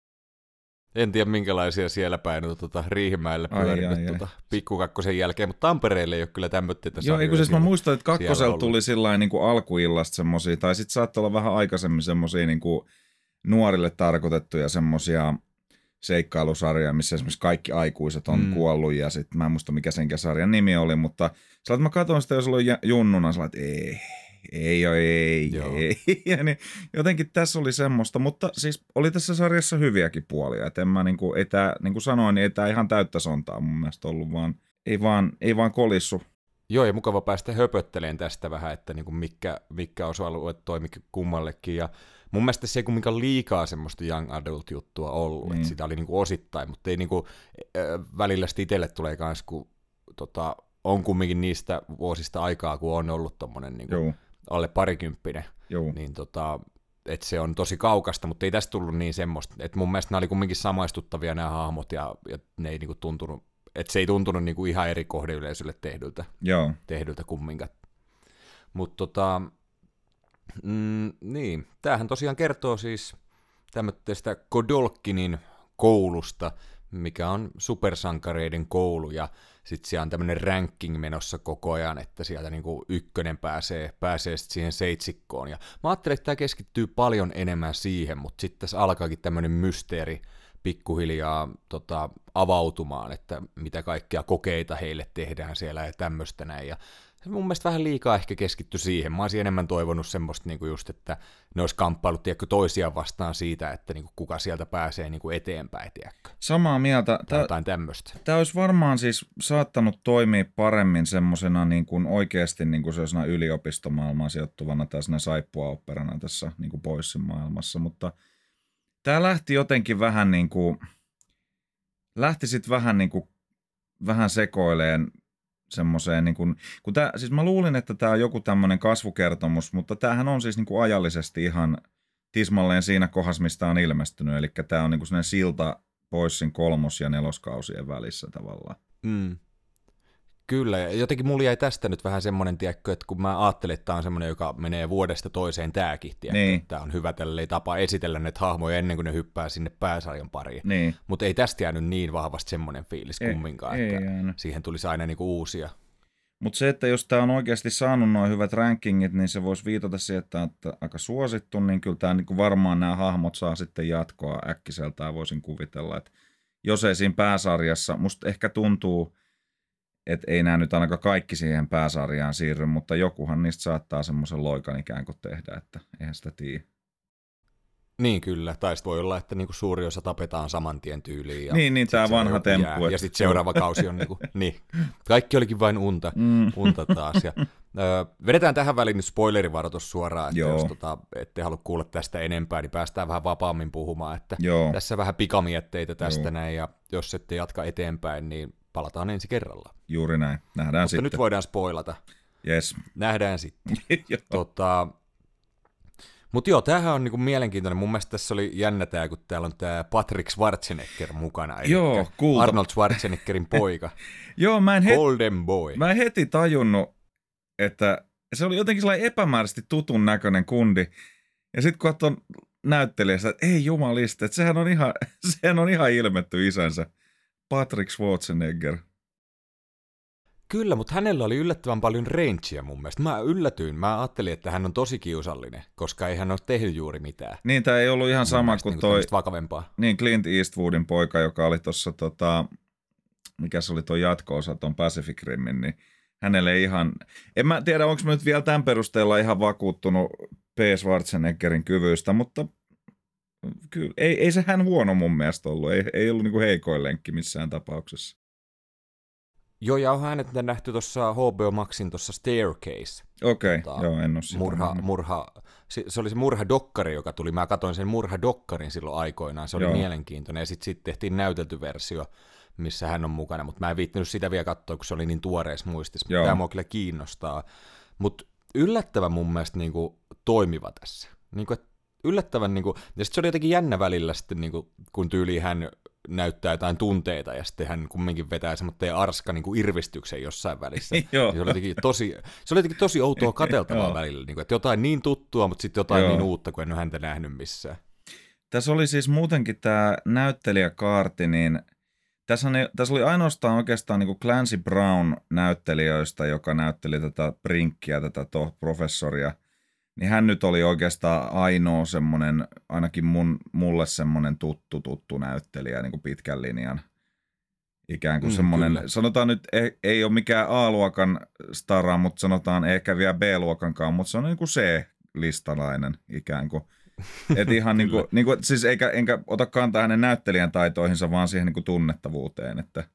En tiedä minkälaisia siellä päin on tuota, Riihimäelle pyörinyt tuota, Pikkukakkosen jälkeen, mutta Tampereelle ei ole kyllä tämmöitä sarjoja. Joo, eikö siis mä muistan, että kakkosella tuli sillain niin kuin alkuillasta semmosia, tai sitten saattoi olla vähän aikaisemmin semmosia niin kuin nuorille tarkoitettuja semmosia seikkailusarjoja, missä esimerkiksi kaikki aikuiset on mm. kuollut, ja sitten mä en muista mikä senkä sarjan nimi oli, mutta sillä mä katsoin sitä, jos oli junnuna, sillä että ei, ei, ei, Joo. ei. Ja niin, jotenkin tässä oli semmoista, mutta siis oli tässä sarjassa hyviäkin puolia, että en mä niinku, ei tää, niin kuin sanoin, niin ei tää ihan täyttä sontaa mun mielestä ollut, vaan ei vaan, ei vaan kolissu. Joo, ja mukava päästä höpöttelemään tästä vähän, että niinku mikä, mikä osa-alueet toimi kummallekin, ja mun mielestä se ei kumminkaan liikaa semmoista young adult-juttua ollut, mm. että sitä oli niinku osittain, mutta ei niinku, äh, välillä sitten itselle tulee kans, kun tota, on kumminkin niistä vuosista aikaa, kun on ollut tommonen niinku alle parikymppinen, Joo. niin tota, että se on tosi kaukasta, mutta ei tästä tullut niin semmoista, että mun mielestä nämä oli kumminkin samaistuttavia nämä hahmot, ja, ja ne ei niinku tuntunut, että se ei tuntunut niinku ihan eri kohdeyleisölle tehdyltä, Joo. tehdyltä kumminkaan. Mutta tota, mm, niin, tämähän tosiaan kertoo siis tämmöistä Godolkinin koulusta, mikä on supersankareiden koulu, ja sitten siellä on tämmöinen ranking menossa koko ajan, että sieltä niinku ykkönen pääsee, pääsee sit siihen seitsikkoon. Ja mä ajattelin, että tämä keskittyy paljon enemmän siihen, mutta sitten tässä alkaakin tämmöinen mysteeri pikkuhiljaa tota, avautumaan, että mitä kaikkia kokeita heille tehdään siellä ja tämmöistä näin. Ja mun mielestä vähän liikaa ehkä keskitty siihen. Mä olisin enemmän toivonut semmoista niinku just, että ne olisi kamppailut tiedätkö, toisiaan vastaan siitä, että niinku kuka sieltä pääsee niinku eteenpäin, tiedätkö. Samaa mieltä. Tai jotain tämmöistä. Tämä olisi varmaan siis saattanut toimia paremmin semmoisena niin kuin oikeasti niin kuin sellaisena yliopistomaailmaan sijoittuvana tai siinä saippua-operana tässä niin kuin Boysin maailmassa, mutta tämä lähti jotenkin vähän niin kuin, lähti sitten vähän niin kuin, vähän sekoileen semmoiseen, niin kuin, kun tää, siis mä luulin, että tämä on joku tämmöinen kasvukertomus, mutta tämähän on siis niin kuin ajallisesti ihan tismalleen siinä kohdassa, mistä on ilmestynyt, eli tämä on niin kuin sellainen silta Boysin kolmos- ja neloskausien välissä tavallaan. Mm. Kyllä, ja jotenkin mulla jäi tästä nyt vähän semmoinen, tiedätkö, että kun mä ajattelin, että tämä on semmoinen, joka menee vuodesta toiseen tääkin, tiedätkö, niin. Että tämä on hyvä tälleen tapa esitellä näitä hahmoja ennen kuin ne hyppää sinne pääsarjan pariin. Niin. Mutta ei tästä jäänyt niin vahvasti semmoinen fiilis ei, kumminkaan, ei että jäänyt. Siihen tulisi aina niinku uusia. Mutta se, että jos tämä on oikeasti saanut noin hyvät rankingit, niin se voisi viitata siihen, että on aika suosittu, niin kyllä tämä niinku varmaan nämä hahmot saa sitten jatkoa äkkiseltään, voisin kuvitella. Että jos ei siinä pääsarjassa, musta ehkä tuntuu, että ei nämä nyt ainakaan kaikki siihen pääsarjaan siirry, mutta jokuhan niistä saattaa semmoisen loikan ikään kuin tehdä, että eihän sitä tiedä. Niin kyllä, tai sitten voi olla, että niinku suuri osa tapetaan saman tien tyyliin. Ja niin, niin tämä vanha temppu. Ja sitten seuraava kausi on niinku, niin, kaikki olikin vain unta, mm. unta taas. Ja, ö, vedetään tähän väliin nyt spoilerivaroitus suoraan, että Joo. jos tota, ette halua kuulla tästä enempää, niin päästään vähän vapaammin puhumaan, että Joo. tässä vähän pikamietteitä tästä Joo. näin, ja jos ette jatka eteenpäin, niin palataan ensi kerralla. Juuri näin, nähdään Mutta sitten. nyt voidaan spoilata. Yes. Nähdään sitten. tota... Mutta joo, tämähän on niinku mielenkiintoinen. Mun mielestä tässä oli jännä tää, kun täällä on tää Patrick Schwarzenegger mukana. Joo, kulta. Arnold Schwarzeneggerin poika. Joo, mä en, he... Golden Boy. Mä en heti tajunnut, että se oli jotenkin sellainen epämääräisesti tutun näköinen kundi. Ja sitten kun katson näyttelijästä, että ei jumalista, että sehän on ihan, sehän on ihan ilmetty isänsä. Patrick Schwarzenegger. Kyllä, mutta hänellä oli yllättävän paljon rangea mun mielestä. Mä yllätyin. Mä ajattelin, että hän on tosi kiusallinen, koska ei hän ole tehnyt juuri mitään. Niin, tämä ei ollut ihan mun sama kuin niin toi vakavempaa. Niin, Clint Eastwoodin poika, joka oli tuossa, tota, mikä se oli tuo jatko-osa tuon Pacific Rimin, niin hänelle ei ihan, en mä tiedä, onko mä nyt vielä tämän perusteella ihan vakuuttunut P. Schwarzeneggerin kyvyistä, mutta kyllä, ei, ei se hän huono mun mielestä ollut. Ei, ei ollut niinku heikoin lenkki missään tapauksessa. Joo, ja on hänet nähty tuossa H B O Maxin tuossa Staircase. Okei, okay, tota, joo, en ole sitä. Murha, murha, se, se oli se murhadokkari, joka tuli. Mä katsoin sen murhadokkarin silloin aikoinaan. Se oli joo. mielenkiintoinen. Ja sitten sit tehtiin näytelty versio, missä hän on mukana. Mutta mä en viittinyt sitä vielä katsoa, kun se oli niin tuoreessa muistissa. Mutta tämä mua kyllä kiinnostaa. Mutta yllättävän mun mielestä niinku toimiva tässä. Niinku, yllättävän, niinku, ja sitten se oli jotenkin jännä välillä sitten, niinku, kun tyyliin hän näyttää jotain tunteita, ja sitten hän kumminkin vetää semmoinen arska niin kuin irvistyksen jossain välissä. Joo. Se oli jotenkin tosi, se oli jotenkin tosi outoa katseltavaa välillä, niin kuin, että jotain niin tuttua, mutta sitten jotain Joo. niin uutta, kun en ole häntä nähnyt missään. Tässä oli siis muutenkin tämä näyttelijäkaarti, niin tässä, ne, tässä oli ainoastaan oikeastaan niin kuin Clancy Brown näyttelijöistä, joka näytteli tätä Brinkkiä, tätä to, professoria. Niin hän nyt oli oikeastaan ainoa semmoinen, ainakin mun, mulle semmoinen tuttu, tuttu näyttelijä niin kuin pitkän linjan. Ikään kuin mm, semmoinen, kyllä. Sanotaan nyt, ei, ei ole mikään A-luokan stara, mutta sanotaan ehkä vielä B-luokankaan, mutta se on niin kuin C-listalainen ikään kuin. Et ihan niin kuin, niin kuin, siis eikä, enkä ota kantaa hänen näyttelijän taitoihinsa, vaan siihen niin kuin tunnettavuuteen, että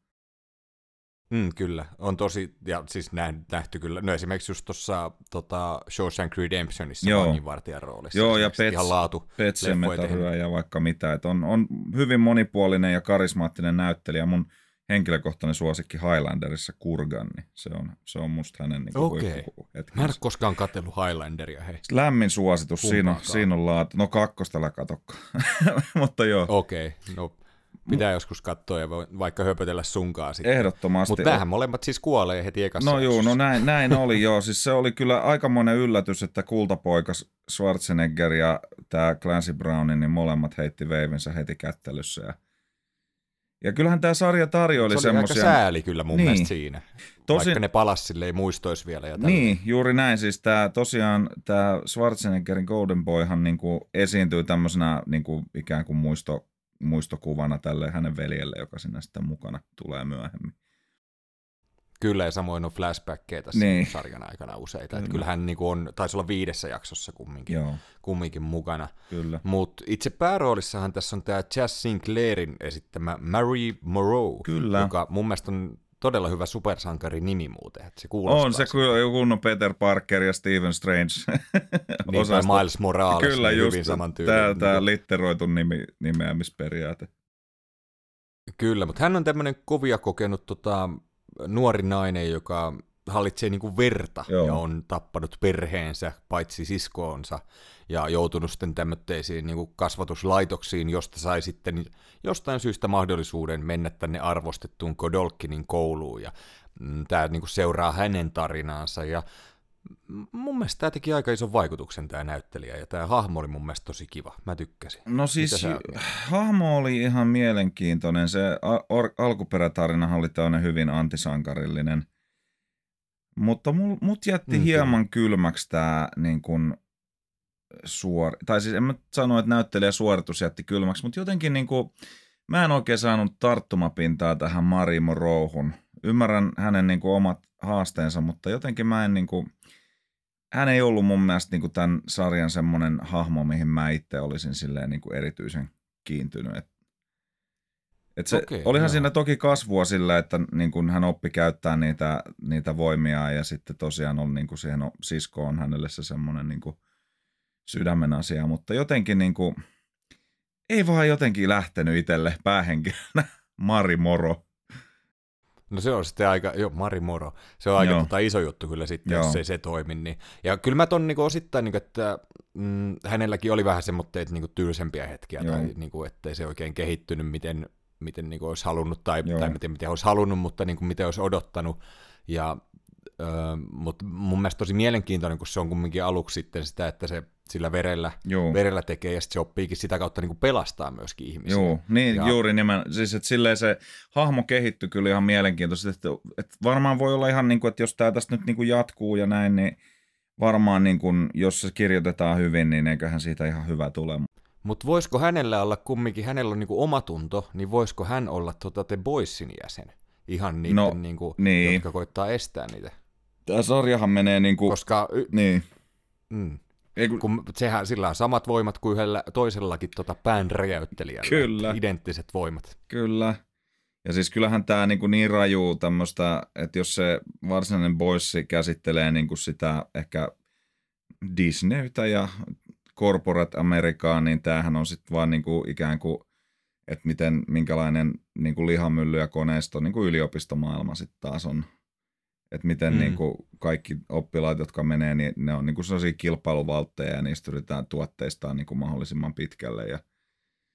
Mm, kyllä, on tosi, ja siis nähty kyllä, no esimerkiksi just tuossa tota, Shawshank Redemptionissa vanginvartijan roolissa. Joo, ja Pets, ihan laatu Pet Sematary ja vaikka mitä, että on, on hyvin monipuolinen ja karismaattinen näyttelijä. Mun henkilökohtainen suosikki Highlanderissa Kurgan, niin se on, se on musta hänen niin Okei, mä en ole koskaan katsellut Highlanderia, hei. Lämmin suositus, siinä on, siinä on laatu, no kakkostella katokka, mutta joo. Okei, no pitää joskus katsoa ja vaikka höpötellä sunkaan sitten. Ehdottomasti. Mutta tämähän molemmat siis kuolee heti ekassa. No joo, no näin, näin oli joo. Siis se oli kyllä aikamoinen yllätys, että kultapoika Schwarzenegger ja tämä Clancy Brownin, niin molemmat heitti veivinsä heti kättelyssä. Ja, ja kyllähän tämä sarja tarjoili semmoisia. Se oli semmosia aika sääli kyllä mun niin. mielestä siinä. Tosin vaikka ne palas silleen muistois vielä. Ja niin, juuri näin. Siis tämä tosiaan tämä Schwarzeneggerin Golden Boyhan niinku esiintyy tämmöisenä niinku ikään kuin muisto muistokuvana tälle hänen veljelle, joka sinne sitten mukana tulee myöhemmin. Kyllä, ja samoin on flashbackkejä tässä niin. sarjan aikana useita. Kyllä. Että kyllähän niin on, taisi olla viidessä jaksossa kumminkin, kumminkin mukana. Mutta itse pääroolissahan tässä on tämä Jazz Sinclairin esittämä Marie Moreau, Kyllä. joka mun mielestä on todella hyvä supersankari nimi muuten. Että se on se kyllä kunnon Peter Parker ja Stephen Strange. Niin, tai Miles Morales. Kyllä, niin just hyvin saman tyylin. Tämä litteroitu nimi, nimeämisperiaate. Kyllä, mutta hän on tämmöinen kovia kokenut tota, nuori nainen, joka hallitsee niinku verta Joo. ja on tappanut perheensä, paitsi siskoonsa, ja joutunut sitten tämmöisiin niinku kasvatuslaitoksiin, josta sai sitten jostain syystä mahdollisuuden mennä tänne arvostettuun Godolkinin kouluun, ja mm, tämä niinku seuraa hänen tarinaansa, ja mun mielestä tämä teki aika ison vaikutuksen tämä näyttelijä, ja tämä hahmo oli mun mielestä tosi kiva, mä tykkäsin. No siis hahmo oli ihan mielenkiintoinen, se al- alkuperätarinahan oli tämmöinen hyvin antisankarillinen, mutta mut jätti mm, hieman kyllä. kylmäksi tämä niin kuin suor... Tai siis en mä sano, että näyttelijä suoritus jätti kylmäksi, mutta jotenkin niin kuin, mä en oikein saanut tarttumapintaa tähän Marie Moreauhun. Ymmärrän hänen niin kuin omat haasteensa, mutta jotenkin mä en niin kuin... Hän ei ollut mun mielestä niin kuin tämän sarjan semmoinen hahmo, mihin mä itse olisin silleen niin kuin erityisen kiintynyt. Et, et se, okay, olihan joo. siinä toki kasvua sillä, että niin kuin hän oppi käyttää niitä, niitä voimia ja sitten tosiaan on niin kuin siihen sisko on hänelle se semmoinen niin kuin sydämen asia, mutta jotenkin niin kuin, ei vaan jotenkin lähtenyt itselle päähenkilönä Mari Moro. No se on sitten aika, joo, Mari Moro, se on aika tota, iso juttu kyllä sitten, joo. jos ei se toimi. Niin. Ja kyllä mä ton niinku osittain, niinku, että mm, hänelläkin oli vähän semmoitteet niinku tylsempiä hetkiä, joo. tai niinku, ettei se oikein kehittynyt, miten, miten niinku olisi halunnut, tai, tai miten, miten olisi halunnut, mutta niinku, miten olisi odottanut. Ja, ö, mutta mun mielestä tosi mielenkiintoinen, kun se on kumminkin aluksi sitten sitä, että se sillä verellä, verellä tekee, ja sitten se oppiikin sitä kautta niin kuin pelastaa myöskin ihmisiä. Joo, niin ja... juuri nimen. Siis että silleen se hahmo kehittyi kyllä ihan mielenkiintoisesti, että, että varmaan voi olla ihan niin kuin, että jos tämä tästä nyt niin kuin jatkuu ja näin, niin varmaan niin kuin, jos se kirjoitetaan hyvin, niin eiköhän siitä ihan hyvä tule. Mutta voisiko hänellä olla kumminkin, hänellä on niin kuin omatunto, niin voisiko hän olla tota The Boysin jäsen? Ihan niiden, no, niin kuin, niin. jotka koittaa estää niitä. Tämä sarjahan menee niin kuin... Koska... Niin. Mm. Kun... kun sehän, sillä on samat voimat kuin yhdellä toisellakin tota pään räjäyttelijällä. Kyllä. Identtiset voimat. Kyllä. Ja siis kyllähän tämä niin, niin rajuu tämmöistä, että jos se varsinainen Boysi käsittelee niin kuin sitä ehkä Disneytä ja Corporate Amerikaa, niin tämähän on sitten vaan niin kuin ikään kuin, että miten, minkälainen niin kuin lihamylly ja koneisto niin kuin yliopistomaailma sitten taas on. Että miten mm. niin kuin kaikki oppilaat, jotka menee, niin ne on niin kuin sellaisia kilpailuvaltteja ja niistä yritetään tuotteistaa niin kuin mahdollisimman pitkälle. Ja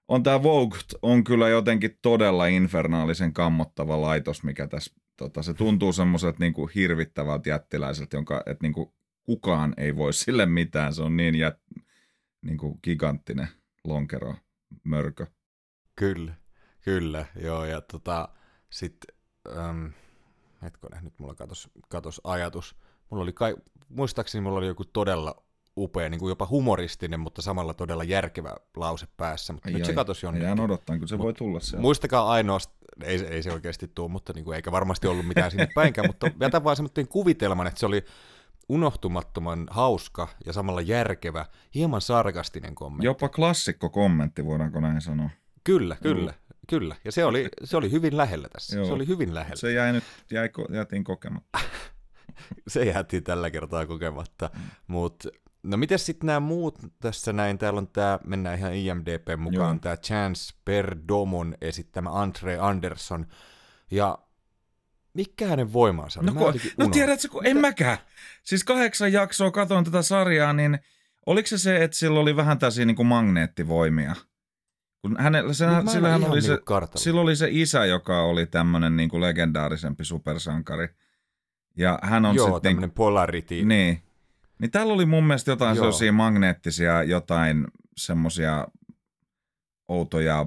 on tää Vogue on kyllä jotenkin todella infernaalisen kammottava laitos, mikä tässä, tota, se tuntuu semmoiselta niinku hirvittävältä jättiläiseltä, jonka, että niinku kukaan ei voi sille mitään, se on niin jät, niinku giganttinen lonkero, mörkö. Kyllä, kyllä, joo, ja tota, sitten, ähm, hetkonen, nyt mulla katos, katos ajatus, mulla oli kai, muistaakseni mulla oli joku todella upea, niin kuin jopa humoristinen, mutta samalla todella järkevä lause päässä, mutta ai nyt ai, se katosi jonnekin. Jään odottaa, kun se Mut, voi tulla siellä. Muistakaa ainoastaan, ei, ei se oikeasti tule, mutta niin kuin, eikä varmasti ollut mitään sinne päinkään, mutta jätän vaan semmoinen kuvitelman, että se oli unohtumattoman hauska ja samalla järkevä, hieman sarkastinen kommentti. Jopa klassikko kommentti, voidaanko näin sanoa. Kyllä, kyllä, mm. kyllä. Ja se oli, se oli hyvin lähellä tässä. Joo. Se oli hyvin lähellä. Se jäi nyt, jäi, jätiin kokematta. Se jäätiin tällä kertaa kokematta, mm. mutta no miten sitten nämä muut tässä näin, täällä on tämä, mennään ihan I M D B mukaan, tämä Chance Perdomon esittämä Andre Anderson, ja mikä hänen voimansa? No, ko- no tiedätkö, kun en mäkään. Siis kahdeksan jaksoa katon tätä sarjaa, niin oliko se se, että sillä oli vähän tällaisia niin kuin magneettivoimia? Kun hänellä, se, niin sillä hän oli, se, sillä oli se isä, joka oli tämmöinen niin kuin legendaarisempi supersankari. Ja hän on Joo, tämmöinen niin, polarity. Niin. Niin täällä oli mun mielestä jotain Joo. sellaisia magneettisia, jotain semmoisia outoja,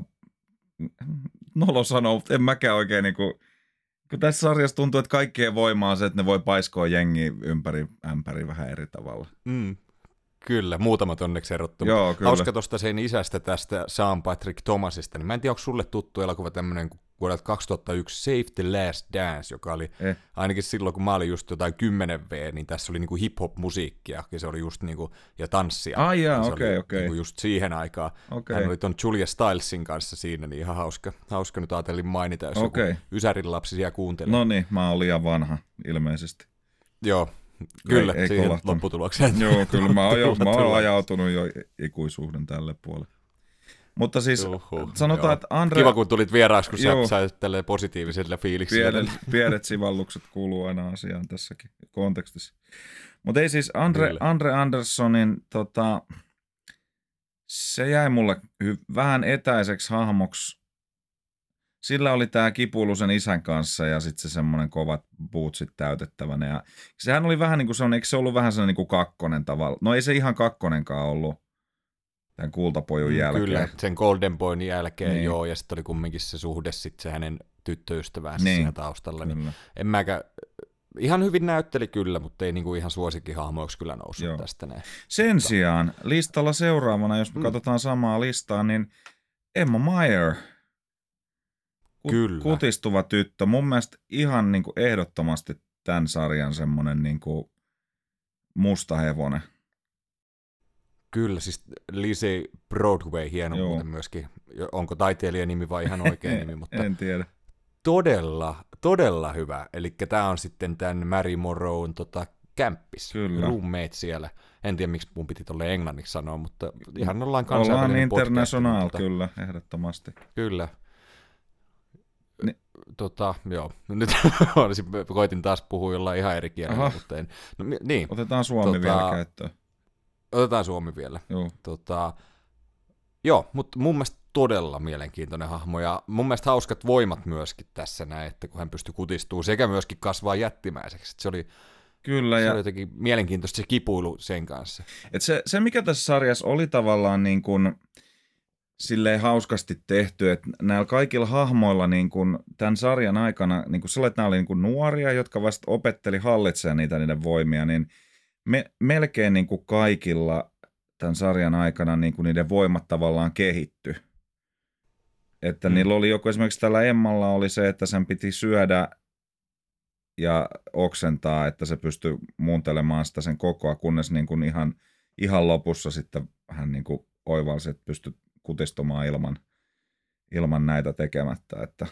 nolo sanoo, mutta en mäkään oikein niinku, kun tässä sarjassa tuntuu, että kaikkien voima on se, että ne voi paiskoa jengi ympäri ämpäri vähän eri tavalla. Mm. Kyllä, muutamat onneksi erottu. Joo, kyllä. Hauska tuosta sen isästä tästä Sean Patrick Thomasista, niin mä en tiedä, onko sulle tuttu elokuva tämmöinen vuodelta kaksituhattayksi Save the Last Dance, joka oli eh. ainakin silloin, kun mä olin just jotain kymmenen vuotta, niin tässä oli niinku hip-hop-musiikkia, ja se oli just niinku, ja tanssia. Ah jaa, okei, okei. Okay, niinku just siihen aikaan. Okay. Hän oli ton Julia Stilesin kanssa siinä, niin ihan hauska, hauska nyt ajattelin mainita, jos okay. joku Ysärin lapsi siellä kuuntelee. No niin, mä oon liian vanha, ilmeisesti. Joo. Kyllä, ei, ei siihen kolahtanut. Lopputulokseen. Joo, kyllä mä oon, jo, mä oon ajautunut jo ikuisuuden tälle puolelle. Mutta siis Uhuh, sanotaan, joo. että Andre... Kiva, kun tulit vieraaksi, kun joo. sä sait tälleen positiiviselle fiilikselle. Pienet, pienet sivallukset kuuluu aina asiaan tässäkin kontekstissa. Mutta ei siis Andre, Andre Andersonin, tota, se jäi mulle hy- vähän etäiseksi hahmoksi. Sillä oli tämä kipuilu sen isän kanssa ja sitten se semmoinen kovat bootsit täytettävänä. Ja sehän oli vähän niin kuin semmoinen, eikö se ollut vähän sellainen niin kuin kakkonen tavalla? No ei se ihan kakkonenkaan ollut tämän kultapojun jälkeen. Kyllä, sen Golden Boyn jälkeen niin. Joo, ja sitten oli kumminkin se suhde sitten se hänen tyttöystävänsä niin. Siinä taustalla. Niin en mäkä, ihan hyvin näytteli kyllä, mutta ei niinku ihan suosikkihahmoiksi kyllä noussut joo. Tästä näin. Sen mutta sijaan listalla seuraavana, jos me mm. katsotaan samaa listaa, niin Emma Meyer. Kyllä. Kutistuva tyttö. Mun mielestä ihan niin kuin ehdottomasti tämän sarjan semmoinen niin kuin musta hevonen. Kyllä, siis Lizzie Broadway, hieno Joo. muuten myöskin. Onko taiteilijan nimi vai ihan oikea nimi? Mutta en tiedä. Todella, todella hyvä. Eli tämä on sitten tämän Mary Monroen tota, kämppis. Kyllä. Roommate siellä. En tiedä, miksi mun piti tolle englanniksi sanoa, mutta ihan ollaan kansainvälinen podcast. Ollaan international, mutta kyllä, ehdottomasti. Kyllä. Ni- tota, joo. Nyt koitin taas puhua jollain ihan eri kielellä, mutta en. No, niin. Otetaan Suomi tota, vielä käyttöön. Otetaan Suomi vielä. Joo, tota, joo mutta mun mielestä todella mielenkiintoinen hahmo, ja mun mielestä hauskat voimat myöskin tässä näin, että kun hän pystyy kutistuu sekä myöskin kasvaa jättimäiseksi. Se oli, Kyllä, se ja oli jotenkin mielenkiintoista se kipuilu sen kanssa. Et se, se, mikä tässä sarjassa oli tavallaan niin kuin silleen hauskasti tehty, että näillä kaikilla hahmoilla niin kuin tämän sarjan aikana, niin kuin sellainen, että nämä oli niin kuin nuoria, jotka vasta opetteli hallitsemaan niitä niiden voimia, niin me, melkein niin kuin kaikilla tämän sarjan aikana niin kuin niiden voimat tavallaan kehittyi. Että mm. niillä oli joku, esimerkiksi tällä Emmalla oli se, että sen piti syödä ja oksentaa, että se pystyi muuntelemaan sitä sen kokoa, kunnes niin kuin ihan, ihan lopussa sitten hän niin kuin oivalsi, että pystyi kutistumaan ilman, ilman näitä tekemättä. Että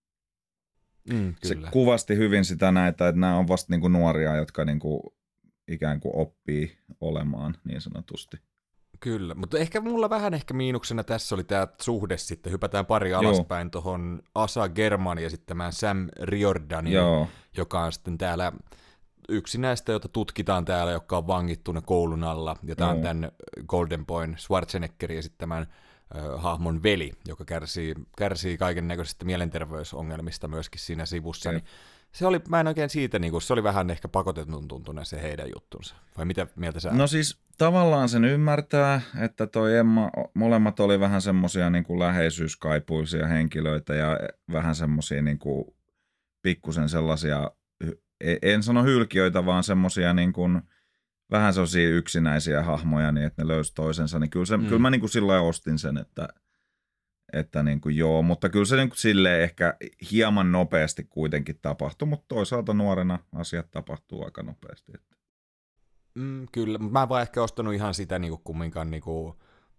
mm, se kuvasti hyvin sitä näitä, että nämä on vasta niin kuin nuoria, jotka niin kuin ikään kuin oppii olemaan niin sanotusti. Kyllä, mutta ehkä mulla vähän ehkä miinuksena tässä oli tämä suhde sitten, hypätään pari alaspäin tuohon Asa Germanin esittämään Sam Riordanin, Joo. joka on sitten täällä yksi näistä, joita tutkitaan täällä, jotka on vangittu ne koulun alla, ja tämä on tämän Golden Boyn Schwarzeneggerin esittämään ö, hahmon veli, joka kärsii, kärsii kaiken näköisistä mielenterveysongelmista myöskin siinä sivussa, niin se oli, mä en oikein siitä, niin kuin, se oli vähän ehkä pakotetun tuntunen se heidän juttunsa. Vai mitä mieltä sä? No siis tavallaan sen ymmärtää, että toi Emma, molemmat oli vähän semmosia niin kuin läheisyyskaipuisia henkilöitä ja vähän semmosia niin kuin pikkusen sellaisia, en sano hylkiöitä, vaan semmosia niin kuin vähän sellaisia yksinäisiä hahmoja, niin että ne löysi toisensa, niin kyllä, se, mm. kyllä mä niin kuin sillä lailla ostin sen, että, että niin kuin joo, mutta kyllä se niin kuin silleen ehkä hieman nopeasti kuitenkin tapahtui, mutta toisaalta nuorena asiat tapahtuu aika nopeasti. Mm, kyllä, mä en vaan ehkä ostanut ihan sitä niin kuin kumminkaan, niin kuin,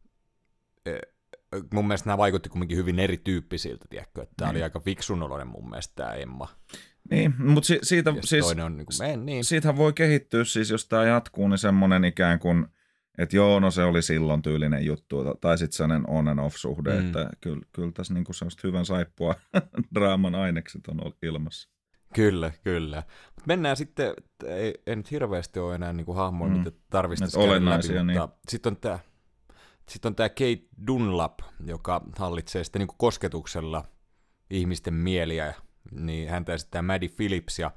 mun mielestä nämä vaikutti kumminkin hyvin erityyppisiltä, tiedätkö, että tämä mm. oli aika fiksun oloinen mun mielestä tämä Emma. Niin, mutta si- siitä, siis, on niin kuin, en, niin. siitähän voi kehittyä, siis jos tämä jatkuu, niin semmoinen ikään kuin, että joo, no se oli silloin tyylinen juttu, tai sitten sellainen on and off suhde, mm. että kyllä, kyllä tässä niin kuin sellaista hyvän saippua draaman ainekset on ilmassa. Kyllä, kyllä. Mennään sitten, ei, ei nyt hirveästi ole enää niin kuin hahmoja, mm. mitä tarvitsisi käydä läpi, niin. Mutta sitten on tämä sitten on tämä Kate Dunlap, joka hallitsee sitten niin kuin kosketuksella ihmisten mieliä, niin häntä esittää Maddie Phillips, ja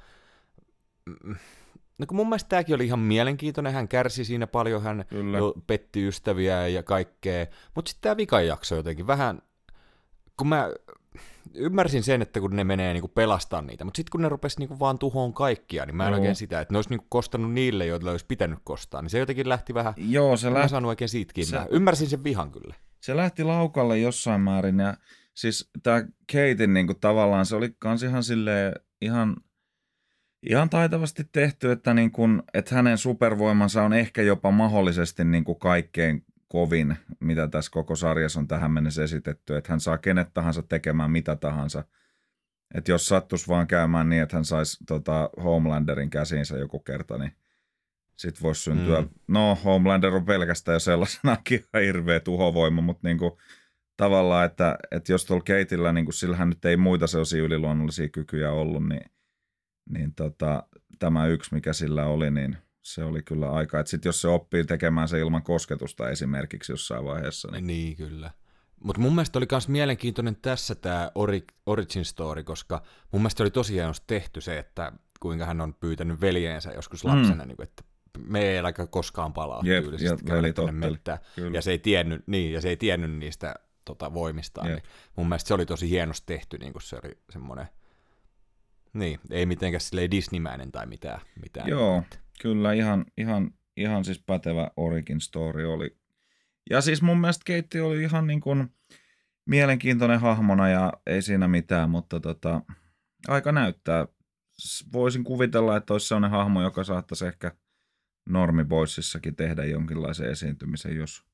no kun mun mielestä tämäkin oli ihan mielenkiintoinen, hän kärsi siinä paljon, hän jo petti ystäviä ja kaikkea, mutta sitten tämä vikan jakso jotenkin vähän, kun mä ymmärsin sen, että kun ne menee niinku pelastaa niitä, mutta sitten kun ne rupesi niinku vaan tuhoon kaikkia, niin mä en Joo. oikein sitä, että ne olisi niinku kostanut niille, joilla olisi pitänyt kostaa, niin se jotenkin lähti vähän, Joo, se mä lähti, en saanut oikein siitäkin, se, ymmärsin sen vihan kyllä. Se lähti laukalle jossain määrin, ja siis tämä Katein niinku tavallaan, se oli kans ihan silleen, ihan, ihan taitavasti tehty, että, niinku, että hänen supervoimansa on ehkä jopa mahdollisesti niinku kaikkein kovin, mitä tässä koko sarjassa on tähän mennessä esitetty, että hän saa kenet tahansa tekemään mitä tahansa. Että jos sattuisi vaan käymään niin, että hän saisi tota, Homelanderin käsiinsä joku kerta, niin sitten voisi syntyä, mm. no Homelander on pelkästään jo sellaisenakin hirveä tuhovoima, mutta niinku, tavallaan, että, että jos tuolla Kateillä, niin sillähän nyt ei muita sellaisia yliluonnollisia kykyjä ollut, niin, niin tota, tämä yksi, mikä sillä oli, niin se oli kyllä aika, että sitten jos se oppii tekemään se ilman kosketusta esimerkiksi jossain vaiheessa. Niin, niin kyllä. Mutta mun mielestä oli myös mielenkiintoinen tässä tämä ori, origin story, koska mun mielestä oli tosi hienosti tehty se, että kuinka hän on pyytänyt veljeensä joskus lapsena, mm. niin kuin, että me ei aika koskaan palaa Jep, tyylisesti ja, ja se ei tiennyt, niin, ja se ei tiennyt niistä tota, voimistaan. Niin mun mielestä se oli tosi hienosti tehty, niin kuin se oli semmoinen, niin, ei mitenkään silleen Disneymäinen tai mitään. mitään Joo. Kyllä, ihan, ihan, ihan siis pätevä origin story oli. Ja siis mun mielestä Kate oli ihan niin kuin mielenkiintoinen hahmona ja ei siinä mitään, mutta tota, aika näyttää. Voisin kuvitella, että olisi sellainen hahmo, joka saattaisi ehkä Normiboysissakin tehdä jonkinlaisen esiintymisen, jos,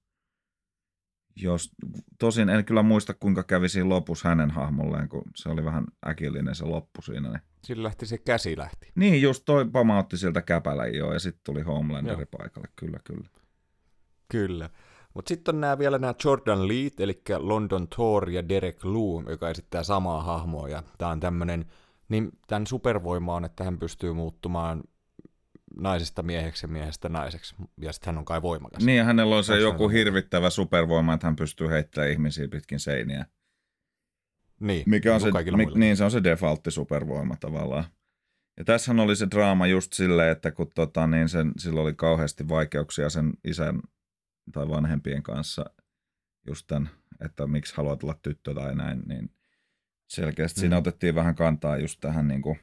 jos tosin en kyllä muista, kuinka kävi siinä lopussa hänen hahmolleen, kun se oli vähän äkillinen se loppu siinä. Niin. Sillä lähti se käsi lähti. Niin, just toi pamautti sieltä käpälä jo, ja sitten tuli Homelanderi paikalle, kyllä, kyllä. Kyllä. Mutta sitten on nää, vielä nämä Jordan Lee, eli London Thor ja Derek Lou, joka esittää samaa hahmoa, ja tämä on tämmöinen, niin tämän supervoima on, että hän pystyy muuttumaan naisesta mieheksi ja miehestä naiseksi, ja sitten hän on kai voimakas. Niin, ja hänellä on se Onko joku hirvittävä supervoima, että hän pystyy heittämään ihmisiä pitkin seiniä. Niin, Mikä on se, mi, niin, se on se defaultti supervoima tavallaan. Ja tässähän oli se draama just silleen, että kun tota, niin sen, sillä oli kauheasti vaikeuksia sen isän tai vanhempien kanssa just tämän, että miksi haluat olla tyttö tai näin, niin selkeästi mm. siinä otettiin vähän kantaa just tähän niin kuin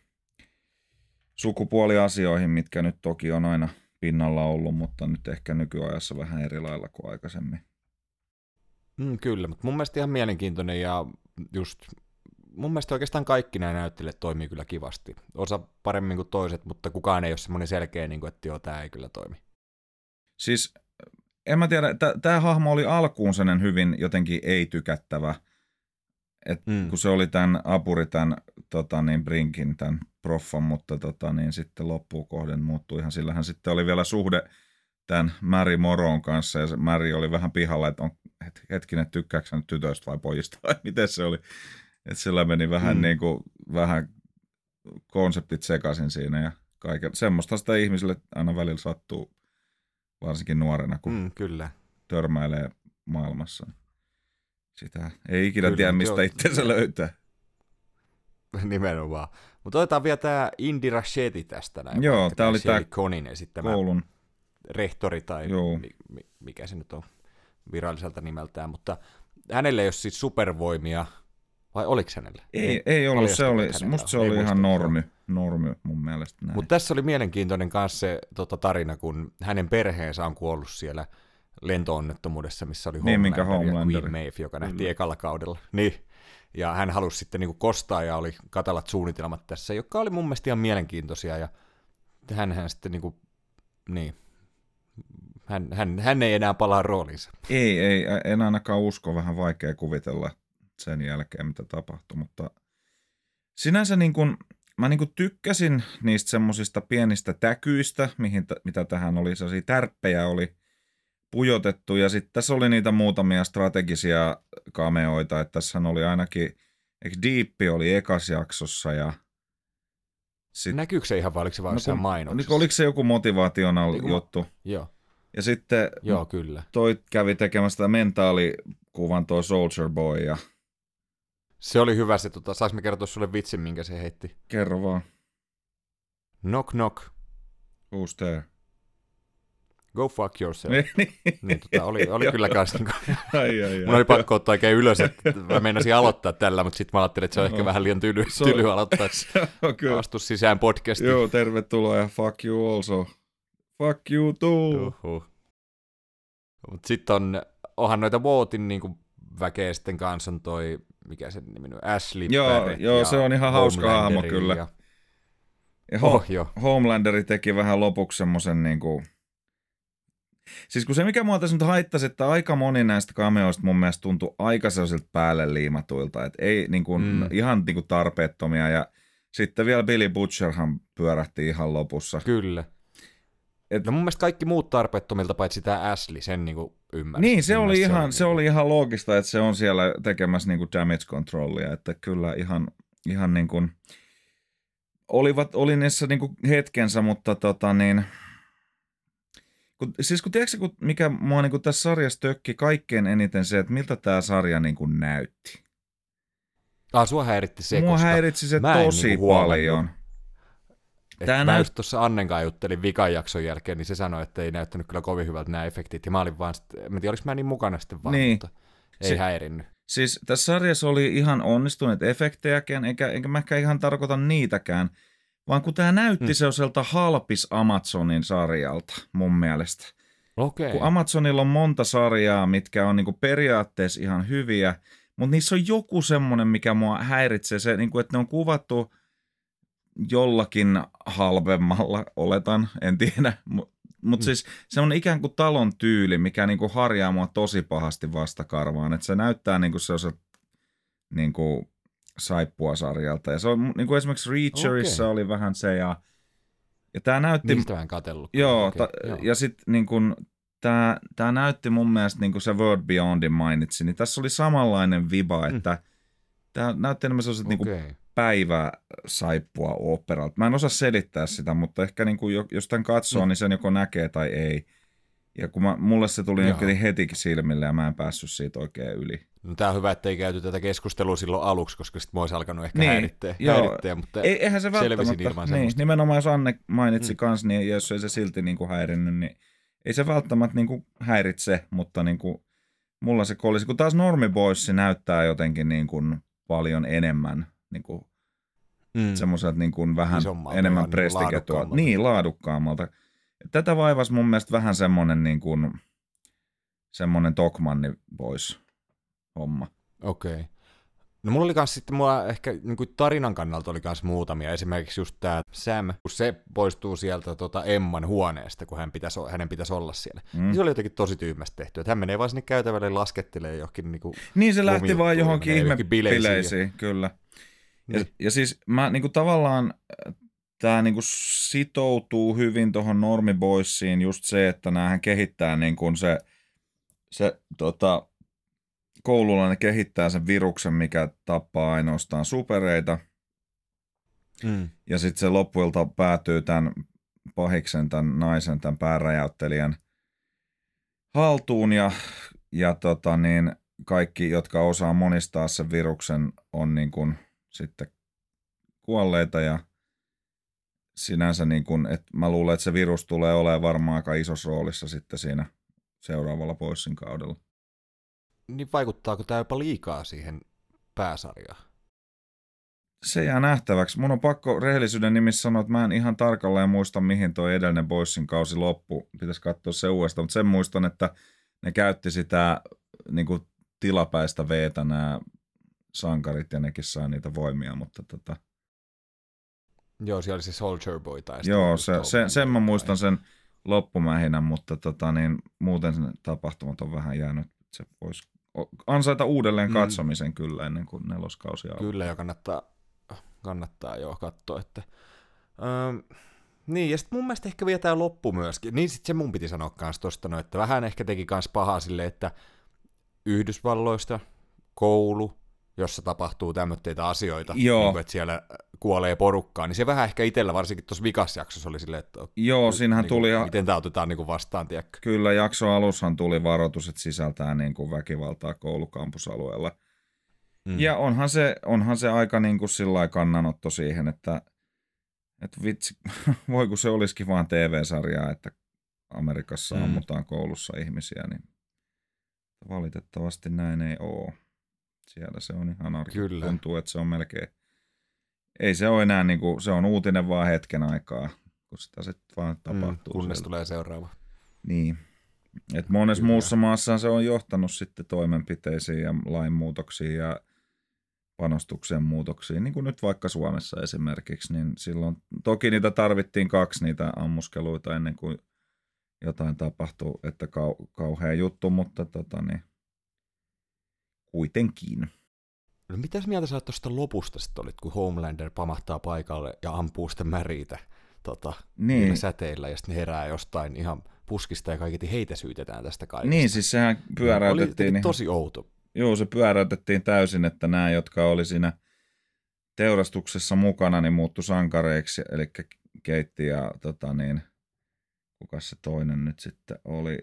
sukupuoliasioihin, mitkä nyt toki on aina pinnalla ollut, mutta nyt ehkä nykyajassa vähän eri lailla kuin aikaisemmin. Mm, kyllä, mutta mun mielestä ihan mielenkiintoinen ja just mun mielestä oikeastaan kaikki nämä näyttelijät toimii kyllä kivasti. Osa paremmin kuin toiset, mutta kukaan ei ole semmoinen selkeä, niin kuin, että joo, tämä ei kyllä toimi. Siis en mä tiedä, tämä hahmo oli alkuun sellainen hyvin jotenkin ei-tykättävä, et mm. kun se oli tämän apuri, tämän tota, niin Brinkin, tämän proffan, mutta tota, niin sitten loppuun kohden muuttui ihan, sillä hän sitten oli vielä suhde tämän Mary Moron kanssa, ja se Mary oli vähän pihalla, että on hetkinen, tykkääkö nyt tytöistä vai pojista, vai miten se oli. Että sillä meni vähän mm. niin kuin, vähän konseptit sekaisin siinä, ja kaiken. Semmoista sitä ihmisille aina välillä sattuu, varsinkin nuorena, kun mm, kyllä. törmäilee maailmassa. Sitä ei ikinä Kyllä, tiedä, mut mistä joo. itsensä löytää. Nimenomaan. Mutta otetaan vielä tämä Indira Shetty tästä näin. Joo, vaikka tää oli Shelly tää Conin esittämä Koulun. rehtori tai Joo. mi- mi- mikä se nyt on viralliselta nimeltään, mutta hänelle ei ole siis supervoimia, vai oliko hänelle? Ei, ei ollut, se oli, hänellä musta on. se Ei oli muista, ihan joo. normi, normi mun mielestä näin. Mutta tässä oli mielenkiintoinen myös se tota, tarina, kun hänen perheensä on kuollut siellä lentoonnettomuudessa, missä oli Niin, minkä Homelander ja Homelander. Queen Maeve, joka nähtiin Kyllä. ekalla kaudella. Niin. Ja hän halusi sitten niinku kostaa ja oli katalat suunnitelmat tässä, jotka oli mun mielestä ihan mielenkiintoisia. Ja hänhän sitten niinku, niin, hän, hän, hän ei enää palaa rooliinsa. Ei, ei, en ainakaan usko, vähän vaikea kuvitella sen jälkeen, mitä tapahtui, mutta sinänsä niin kuin, mä niin kuin tykkäsin niistä semmosista pienistä täkyistä, mihin, t- mitä tähän oli, sellaisia tärppejä oli pujotettu, ja sitten tässä oli niitä muutamia strategisia kameoita, että tässä oli ainakin, eikö Deeppi oli ekas jaksossa, ja sit, Näkyykö se ihan vai oliko se vaan no jossain kun- mainoksessa? niin, oliko se joku motivational Niin kuin- juttu? Joo, Ja sitten joo, kyllä. toi kävi tekemässä sitä mentaalikuvan toi Soldier Boy, ja Se oli hyvä se, tota, saanko me kertoa sulle vitsin, minkä se heitti? kerro vaan, Knock knock, who's there? go fuck yourself. Niin, Niin, tota, oli, oli Joo. kyllä kans, niin ai, ai, mun oli pakko ottaa oikein ylös, että mä meinasin aloittaa tällä, mutta sitten mä ajattelin, että se on ehkä No. vähän liian tyly, Se on- tyly aloittaa, että Joo, kyllä. astu sisään podcastiin. Joo, tervetuloa ja fuck you also. Fuck you too. Mutta sitten on, onhan noita Voughtin niinku väkeä sitten kanssa on toi, mikä sen nimi on, Ashley Joo, Barrett joo, ja se on ihan hauska hahmo Homelanderi kyllä. Ja, Ja Ho- oh, joo. Homelanderi teki vähän lopuksi semmoisen niinku... Siis kun se mikä mua tässä nyt haittasi, että aika moni näistä cameoista mun mielestä tuntui aika sellaisilta päälle liimatuilta, että ei niinku, Mm. ihan niinku tarpeettomia ja sitten vielä Billy Butcherhan pyörähti ihan lopussa. Kyllä. Et- No mun mielestä kaikki muut tarpeettomilta, paitsi tämä Ashley, sen niinku ymmärrän. Niin, se Mun oli, mielestä ihan, se niinku- oli ihan loogista, että se on siellä tekemässä niinku damage controllia, että kyllä ihan, ihan niin kuin, olivat, oli niissä niinku hetkensä, mutta tota niin, kun, siis kun tiedätkö, kun mikä mua niinku tässä sarjassa tökki kaikkein eniten se, että miltä tämä sarja niinku näytti. Ah, sua häiritti se, Mua koska häiritsi se mä en tosi niinku huomannut. paljon. Et Tää mä näyt- just tuossa Annen kanssa juttelin vikan jakson jälkeen, niin se sanoi, että ei näyttänyt kyllä kovin hyvältä nämä efektit. Ja mä olin vaan, sit, en tiedä, oliko mä niin mukana sitten vaan, Niin. mutta ei Se- häirinnyt. Siis tässä sarjassa oli ihan onnistuneet efektejäkään, enkä, enkä mä ehkä ihan tarkoita niitäkään, vaan kun tämä näytti Hmm. sellaiselta halpis Amazonin sarjalta mun mielestä. Okei. Kun Amazonilla on monta sarjaa, mitkä on niinku periaatteessa ihan hyviä, mutta niissä on joku semmoinen, mikä mua häiritsee, se, niinku, että ne on kuvattu jollakin halvemmalla, oletan, en tiedä, mutta mut Mm. siis se on ikään kuin talon tyyli, mikä niinku harjaa mua tosi pahasti vastakarvaan, että se näyttää niinku sellaiselta niinku saippua-sarjalta, ja se on niinku esimerkiksi Reacherissa Okei. oli vähän se, ja, ja tämä näytti... Niistä vähän katsellut. Joo, Okei, ta, joo. ja sitten niin kun, tämä tää näytti mun mielestä, niin kuin se World Beyondin mainitsi, niin tässä oli samanlainen viba, Mm. että tämä näytti enemmän sellaiset niin Okei. päiväsaippua operalta. Mä en osaa selittää sitä, mutta ehkä niin kuin, jos tämän katsoo, Mm. niin sen joko näkee tai ei. Ja kun mä, mulle se tuli Joo. jotenkin heti silmille ja mä en päässyt siitä oikein yli. No, tää on hyvä, että ei käyty tätä keskustelua silloin aluksi, koska sit mä ois alkanut ehkä Niin, häirittää, joo. häirittää, mutta Ei, eihän se selvisin välttämättä, ilman niin, semmoista. nimenomaan jos Anne mainitsi Mm. kans, niin jos ei se silti niin kuin häirinnyt, niin ei se välttämättä niin kuin häiritse, mutta niin kuin, mulla se kolisi, kun taas Normie Boys näyttää jotenkin niin kuin paljon enemmän niin kuin mm. semmoiselta niin kuin vähän Isommalta, enemmän vähän niin kuin prestiketua. laadukkaammalta. Niin, laadukkaammalta. Tätä vaivasi mun mielestä vähän semmoinen niin kuin, semmoinen Tokmanni Boys homma. Okei. No mulla oli kans sitten, mulla ehkä niin kuin tarinan kannalta oli kans muutamia. Esimerkiksi just tää Sam, kun se poistuu sieltä tota Emman huoneesta, kun hän pitäisi, hänen pitäisi olla siellä. Mm. Mm. Se oli jotenkin tosi tyhmästi tehty. Että hän menee vaan sinne käytävälle laskettelee johonkin niin kuin Niin se lähti lumijuttuihin, vaan johonkin menee ihme johonkin bileisiin ja- bileisiin, kyllä. Ja, Niin. ja siis mä niinku tavallaan, tämä niinku sitoutuu hyvin tuohon Normie Boysiin just se, että näähän kehittää niinku se, se tota, koululainen kehittää sen viruksen, mikä tappaa ainoastaan supereita. Mm. Ja sitten se loppuilta päätyy tämän pahiksen, tämän naisen, tämän pääräjäyttelijän haltuun. Ja, ja tota niin, kaikki, jotka osaa monistaa sen viruksen, on niin kuin sitten kuolleita ja sinänsä niin kuin, että mä luulen, että se virus tulee olemaan varmaan aika isossa roolissa sitten siinä seuraavalla Boysin kaudella. Niin vaikuttaako tämä jopa liikaa siihen pääsarjaan? Se jää nähtäväksi. Mun on pakko rehellisyyden nimissä sanoa, että mä en ihan tarkalleen muista, mihin toi edellinen Boysin kausi loppui. Pitäisi katsoa se uudestaan, mutta sen muistan, että ne käytti sitä niin kuin tilapäistä veetä nämä sankarit ja nekin sai niitä voimia, mutta tota... Joo, siellä oli se Soldier Boy tai Joo, se, se, sen mä muistan sen loppumähinän, mutta tota, niin, muuten sen tapahtumat on vähän jäänyt. Se voisi ansaita uudelleen katsomisen mm. kyllä ennen kuin neloskausi alkaa. Kyllä, ja kannattaa, kannattaa joo katsoa. Että, öö, niin, ja sitten mun mielestä ehkä vielä tämä loppu myöskin. Niin sitten se mun piti sanoa kans tosta, no, että vähän ehkä teki kans pahaa silleen, että Yhdysvalloista koulu, jossa tapahtuu tämmöitä asioita, niin kuin, että siellä kuolee porukkaa, niin se vähän ehkä itsellä, varsinkin tuossa vikassa jaksossa oli silleen, että joo, siinähän niin tuli, kuin, miten tämä otetaan niin kuin vastaan, tiedätkö? Kyllä, jakson alussahan tuli varoitus, että sisältää niin kuin väkivaltaa koulukampusalueella. Mm. Ja onhan se, onhan se aika niin kuin sillai kannanotto siihen, että, että vitsi, voi kun se olisikin vaan T V-sarjaa, että Amerikassa mm. ammutaan koulussa ihmisiä, niin valitettavasti näin ei ole. Siellä se on ihan arki. Kyllä. Tuntuu, että se on melkein... Ei se ole enää niin kuin, se on uutinen vaan hetken aikaa, kun sitä sitten vaan tapahtuu. Mm, kunnes siellä. tulee seuraava. Niin. Et monessa Kyllä. muussa maassa se on johtanut sitten toimenpiteisiin ja lainmuutoksiin ja panostuksen muutoksiin, niin kuin nyt vaikka Suomessa esimerkiksi, niin silloin toki niitä tarvittiin kaksi niitä ammuskeluita ennen kuin jotain tapahtui, että kau- kauhea juttu, mutta tota niin, kuitenkin. No mitäs mieltä sä oot tuosta lopusta sitten olit, kun Homelander pamahtaa paikalle ja ampuu sitä Märiitä tota, niin. säteillä ja sitten herää jostain ihan puskista ja kaiketi heitä syytetään tästä kaikesta. Niin, siis sehän pyöräytettiin. Oli tosi outo. Joo, se pyöräytettiin täysin, että nämä, jotka oli siinä teurastuksessa mukana, niin muuttui sankareiksi, eli Keitti ja tota niin, kuka se toinen nyt sitten oli?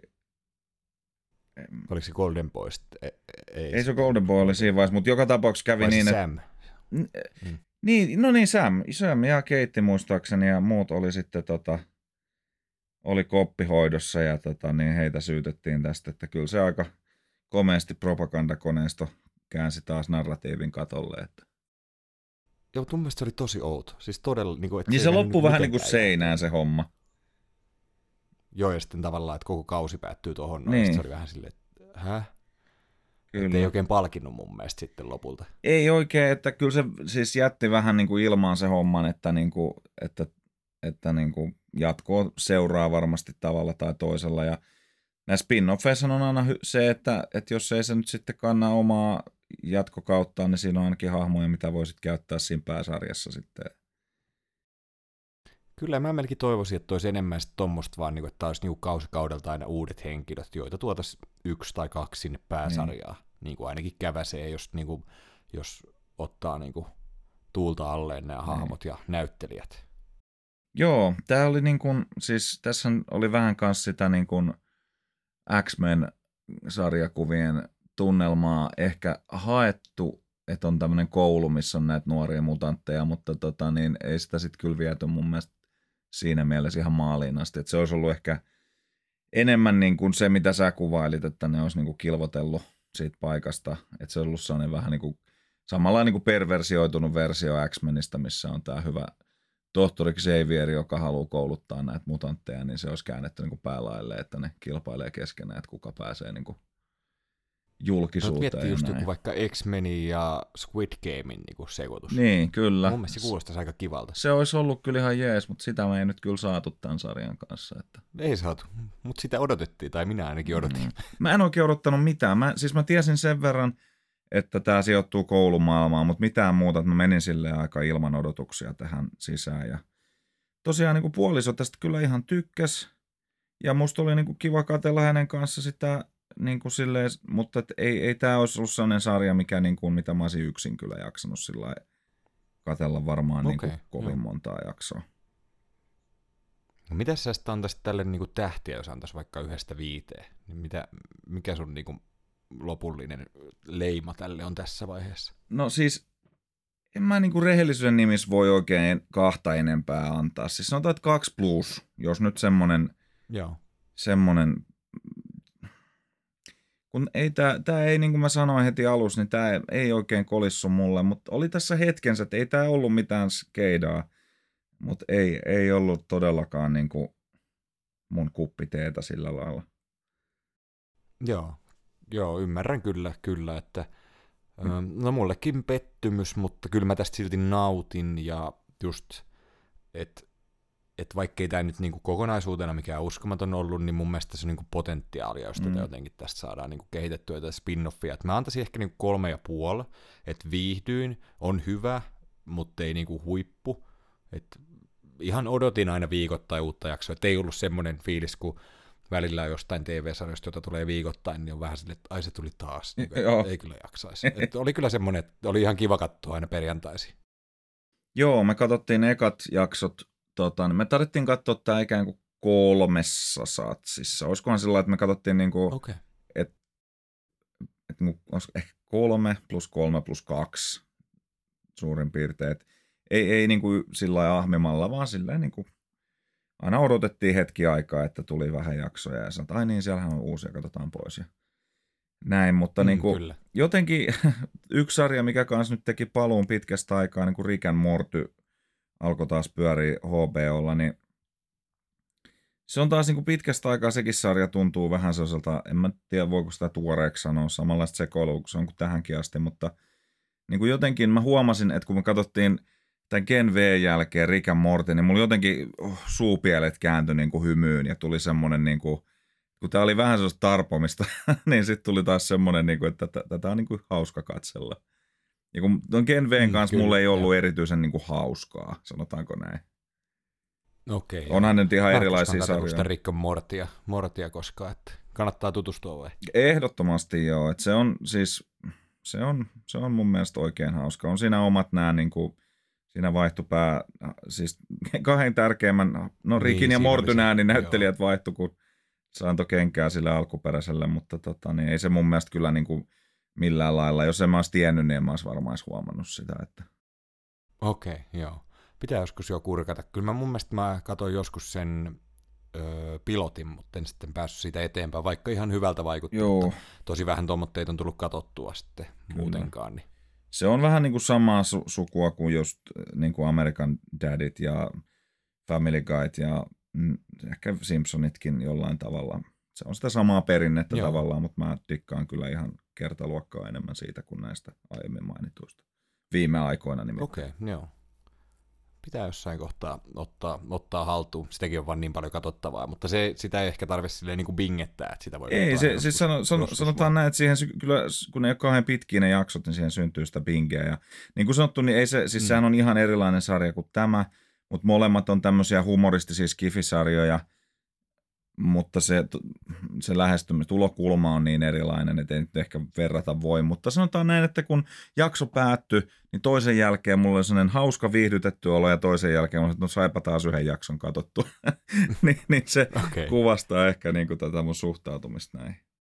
Oliko se Golden Boy? Ei, ei, ei se Golden Boy oli siinä vaiheessa, mutta joka tapauksessa kävi vai niin, Sam? että... Mm. Niin, no niin, Sam, Sam ja Keitti muistaakseni ja muut oli sitten tota, oli koppihoidossa ja tota, niin heitä syytettiin tästä, että kyllä se aika komeasti propagandakoneisto käänsi taas narratiivin katolle. Että. Joo, mun mielestä se oli tosi outo. Siis todella, niin kuin, että niin se, se loppui vähän niin kuin seinään jää. Se homma. Joo, ja sitten tavallaan, että koko kausi päättyy tuohon, niin. Se oli vähän silleen, että häh? Että ei oikein palkinnut mun mielestä sitten lopulta. Ei oikein, että kyllä se siis jätti vähän niin kuin ilmaan se homman, että, niin kuin, että, että niin kuin jatkoa seuraa varmasti tavalla tai toisella. Ja näissä spin-offeissa on aina se, että, että jos ei se nyt sitten kanna omaa jatkokauttaan, niin siinä on ainakin hahmoja, mitä voisit käyttää siinä pääsarjassa sitten. Kyllä mä melkein toivoisin, että olisi enemmän sitten tommoista vaan, että tämä olisi niinku kausikaudelta aina uudet henkilöt, joita tuotaisiin yksi tai kaksi sinne pääsarjaa. Mm. Niin kuin ainakin käväsee, jos, niin kuin, jos ottaa niin kuin tuulta alleen nämä mm. hahmot ja näyttelijät. Joo, tämä oli niin kuin, siis tässä oli vähän kanssa sitä niin kuin X-Men-sarjakuvien tunnelmaa ehkä haettu, että on tämmöinen koulu, missä on näitä nuoria mutantteja, mutta tota, niin ei sitä sitten kyllä viety mun mielestä siinä mielessä ihan maaliin asti. Että se olisi ollut ehkä enemmän niin kuin se, mitä sä kuvailit, että ne olisi niin kuin kilvotellut siitä paikasta. Että se on ollut sellainen vähän niin kuin samalla niin kuin perversioitunut versio X-Menistä, missä on tämä hyvä tohtori Xavier, joka haluaa kouluttaa näitä mutantteja, niin se olisi käännetty niin kuin päälaille, että ne kilpailee keskenään, että kuka pääsee niin kuin julkisuuteen. Miettii just joku vaikka X-Menin ja Squid Gamein niin sekoitus. Niin, kyllä. Mun mielestä se kuulostaisi aika kivalta. Se olisi ollut kyllä ihan jees, mutta sitä me ei nyt kyllä saatu tämän sarjan kanssa. Että. Ei saatu, mutta sitä odotettiin, tai minä ainakin odotin. Mm. Mä en oikein odottanut mitään. Mä, siis mä tiesin sen verran, että tämä sijoittuu koulumaailmaan, mutta mitään muuta, että mä menin silleen aika ilman odotuksia tähän sisään. Ja tosiaan niin kuin puoliso tästä kyllä ihan tykkäs, ja musta oli niin kuin kiva katsella hänen kanssa sitä, niin kuin silleen, mutta et ei, ei tämä olisi ollut sellainen sarja, mikä, niin kuin, mitä mä olisin yksin kyllä jaksanut sillä katsella varmaan okay, niin kuin kovin joo. montaa jaksoa. No mitä sä sitten antaisit tälle niin kuin tähtiä, jos antaisi vaikka yhdestä viiteen? Niin mitä, mikä sun niin kuin lopullinen leima tälle on tässä vaiheessa? No siis, en mä niinku rehellisyyden nimissä voi oikein kahta enempää antaa. Siis sanotaan, että kaksi plus, jos nyt semmonen, Joo. semmonen, kun ei tää, tää ei, niin kuin mä sanoin heti alussa, niin tää ei oikein kolissu mulle, mutta oli tässä hetkensä, että ei tää ollut mitään skeidaa, mutta ei, ei ollut todellakaan niinku mun kuppiteetä sillä lailla. Joo, joo, ymmärrän kyllä, kyllä, että no mullekin pettymys, mutta kyllä mä tästä silti nautin ja just, että et vaikkei tämä nyt niinku kokonaisuutena mikään uskomaton ollut, niin mun mielestä se on niinku potentiaalia, jos tätä mm. jotenkin tästä saadaan niinku kehitettyä tätä spin-offia. Et mä antaisin ehkä niinku kolme ja puoli, että viihdyin, on hyvä, mutta ei niinku huippu. Et ihan odotin aina viikoittain uutta jaksoa, että ei ollut semmoinen fiilis, kun välillä jostain T V-sarjoista, jota tulee viikoittain, niin on vähän silleen, että ai se tuli taas, niin ei, ei kyllä jaksaisi. Et oli kyllä semmoinen, että oli ihan kiva katsoa aina perjantaisin. Joo, me katsottiin ekat jaksot, tota, me tarvittiin katsoa tämä ikään kuin kolmessa satsissa. Olisikohan sillä että me katsottiin niin kuin, okay. että et, ehkä kolme plus kolme plus kaksi suurin piirtein. Et ei ei niin kuin sillä lailla ahmimalla, vaan silleen niin kuin aina odotettiin hetki aikaa, että tuli vähän jaksoja ja sanotaan, ai niin, siellähän on uusia, katsotaan pois. Ja näin, mutta mm, niin kuin, jotenkin yksi sarja, mikä kanssa nyt teki paluun pitkästä aikaa, niin kuin Rick and Morty alkoi taas pyöriä H B O:lla, niin se on taas niin kuin pitkästä aikaa sekin sarja tuntuu vähän sellaiselta, en mä tiedä voiko sitä tuoreeksi sanoa, samanlaista sekoilua kuin se on kuin tähänkin asti, mutta niin kuin jotenkin mä huomasin, että kun me katsottiin tämän Gen V jälkeen Rick and Morty, niin mulla jotenkin oh, suupielet kääntyi niin kuin hymyyn ja tuli semmoinen, niin kuin, kun tää oli vähän sellaista tarpomista, niin sitten tuli taas semmoinen, niin kuin, että tätä on niin kuin hauska katsella. Ja kun tuon Gen V:n kanssa mm, mulla ei ollut jo. erityisen niin kuin hauskaa, sanotaanko näin. Okei. Onhan nyt ihan erilaisia sarjoja. Sitä Rick and Mortia, Mortia koskaan, että kannattaa tutustua vai? Ehdottomasti joo, että se on siis, se on, se on mun mielestä oikein hauska. On siinä omat nämä niin kuin siinä vaihtupää, siis kahden tärkeimmän, no Rickin niin, ja Mortyn ääni näyttelijät vaihtu, kun saantoi kenkää sille alkuperäiselle, mutta tota, niin ei se mun mielestä kyllä niin kuin millään lailla, jos en mä olisi tiennyt, niin en mä olisi varmaan huomannut sitä. Että... Okei, okay, joo. Pitää joskus jo kurkata. Kyllä mä mun mielestä mä katsoin joskus sen öö, pilotin, mutta en sitten päässyt siitä eteenpäin, vaikka ihan hyvältä vaikutti, joo. Mutta tosi vähän tuommoitteita on tullut katsottua sitten kyllä. Muutenkaan, niin. Se on vähän niin kuin samaa su- sukua kuin just niin kuin American Daddit ja Family Guyt ja mm, ehkä Simpsonitkin jollain tavalla. Se on sitä samaa perinnettä Joo. tavallaan, mutta mä dikkaan kyllä ihan kertaluokkaa enemmän siitä kuin näistä aiemmin mainituista. Viime aikoina nimittäin. Okei, okay, joo. Pitää jossain kohtaa ottaa, ottaa haltuun. Sitäkin on vaan niin paljon katsottavaa, mutta se, sitä ei ehkä tarvitse silleen niin kuin bingettää, että sitä voi... Ei, se, siis sano, sano, sanotaan näin, että siihen kyllä, kun ne ei ole kauhean pitkiä ne jaksot, niin siihen syntyy sitä bingeä. Ja niin kuin sanottu, niin ei se, siis mm. sehän on ihan erilainen sarja kuin tämä, mutta molemmat on tämmöisiä humoristisia skifisarjoja, mutta se, se lähestyminen, tulokulma on niin erilainen, että ei nyt ehkä verrata voi. Mutta sanotaan näin, että kun jakso päättyi, niin toisen jälkeen mulla oli sellainen hauska viihdytetty olo ja toisen jälkeen mulla oli, että no saipa taas yhden jakson katsottu. niin, niin se okay. kuvastaa ehkä niin kuin tätä mun suhtautumista näin.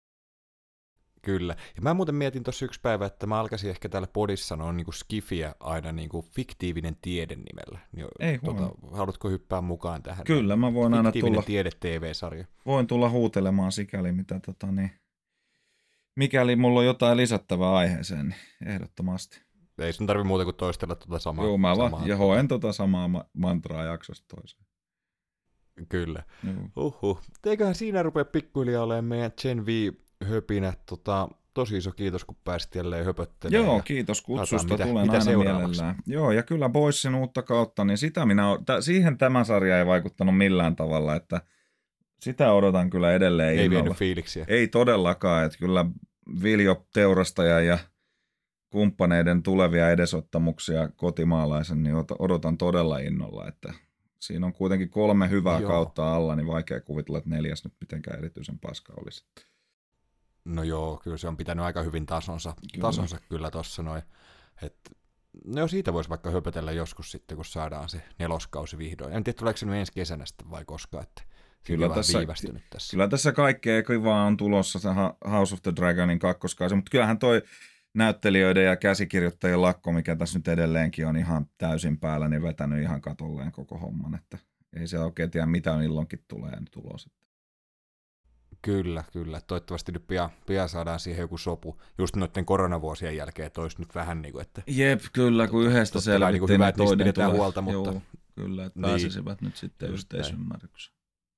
Kyllä. Ja mä muuten mietin tuossa yksi päivä, että mä alkaisin ehkä täällä podissa sanoa niin kuin skifiä aina niin kuin fiktiivinen tiede nimellä. Niin, Ei tota, haluatko hyppää mukaan tähän? Kyllä, mä voin aina tulla. Tiede T V-sarja. Voin tulla huutelemaan sikäli, mitä tota niin. Mikäli mulla on jotain lisättävää aiheeseen, niin ehdottomasti. Ei sun tarvi muuta kuin toistella tuota samaa. Joo, mä vaan ja hoen tuota samaa ma- mantraa jaksosta toiseen. Kyllä. Uhuh. Eiköhän siinä rupea pikkuhiljaa olemaan meidän Gen V höpinä. Tota, tosi iso kiitos, kun pääsit jälleen höpöttelemään. Joo, kiitos kutsusta. Mitä, Tulen mitä aina mielellään. Joo, ja kyllä Boysin uutta kautta, niin sitä minä, t- siihen tämä sarja ei vaikuttanut millään tavalla, että sitä odotan kyllä edelleen ei innolla. Ei vienyt fiiliksiä. Ei todellakaan, että kyllä Viljo Teurastaja ja kumppaneiden tulevia edesottamuksia kotimaalaisen, niin odotan todella innolla, että siinä on kuitenkin kolme hyvää joo. kautta alla, niin vaikea kuvitella, että neljäs nyt mitenkään erityisen paska olisi. No joo, kyllä se on pitänyt aika hyvin tasonsa kyllä, tasonsa kyllä tossa noin. Et, no joo, siitä voisi vaikka höpötellä joskus sitten, kun saadaan se neloskausi vihdoin. En tiedä, tuleeko se nyt ensi kesänä sitten vai koska, että kyllä tässä, viivästynyt tässä. Kyllä tässä kaikkea kivaa on tulossa, se House of the Dragonin kakkoskausi, mutta kyllähän toi näyttelijöiden ja käsikirjoittajien lakko, mikä tässä nyt edelleenkin on ihan täysin päällä, niin vetänyt ihan katolleen koko homman, että ei se oikein tiedä, mitä milloinkin tulee nyt ulos. Kyllä, kyllä. Toivottavasti nyt pian, pian saadaan siihen joku sopu. Just noiden koronavuosien jälkeen, että olisi nyt vähän niin kuin, että... Jep, kyllä, kun yhdestä selvittiin, niin hyvä, että niistä pidetään tulee. Huolta, mutta... Joo, kyllä, että niin. Pääsisivät nyt sitten yhteisymmärrykseen.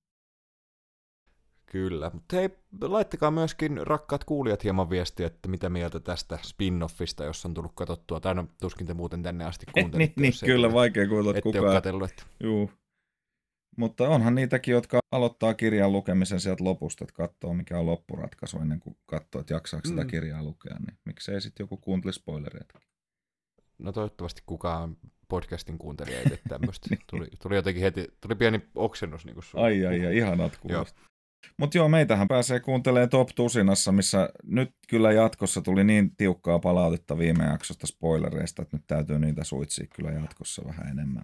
Kyllä, mutta hei, laittakaa myöskin rakkaat kuulijat hieman viestiä, että mitä mieltä tästä spin-offista, jos on tullut katsottua, tai no tuskin te muuten tänne asti kuuntelitte. niin, niin kyllä, vaikea kuulla, että kukaan... Ette ole katsellut, että... Juu. Mutta onhan niitäkin, jotka aloittaa kirjan lukemisen sieltä lopusta, että katsoo mikä on loppuratkaisu ennen kuin katsoo, että jaksaako sitä mm. kirjaa lukea, niin miksei sitten joku kuunteli spoilereita. No toivottavasti kukaan podcastin kuuntelija ei tee tämmöistä. niin. tuli, tuli jotenkin heti, tuli pieni oksennus. Niin kuin ai ai ai, ihanat kuulosta. Mutta joo, meitähän pääsee kuuntelemaan Top Tusinassa, missä nyt kyllä jatkossa tuli niin tiukkaa palautetta viime jaksosta spoilereista, että nyt täytyy niitä suitsia kyllä jatkossa vähän enemmän.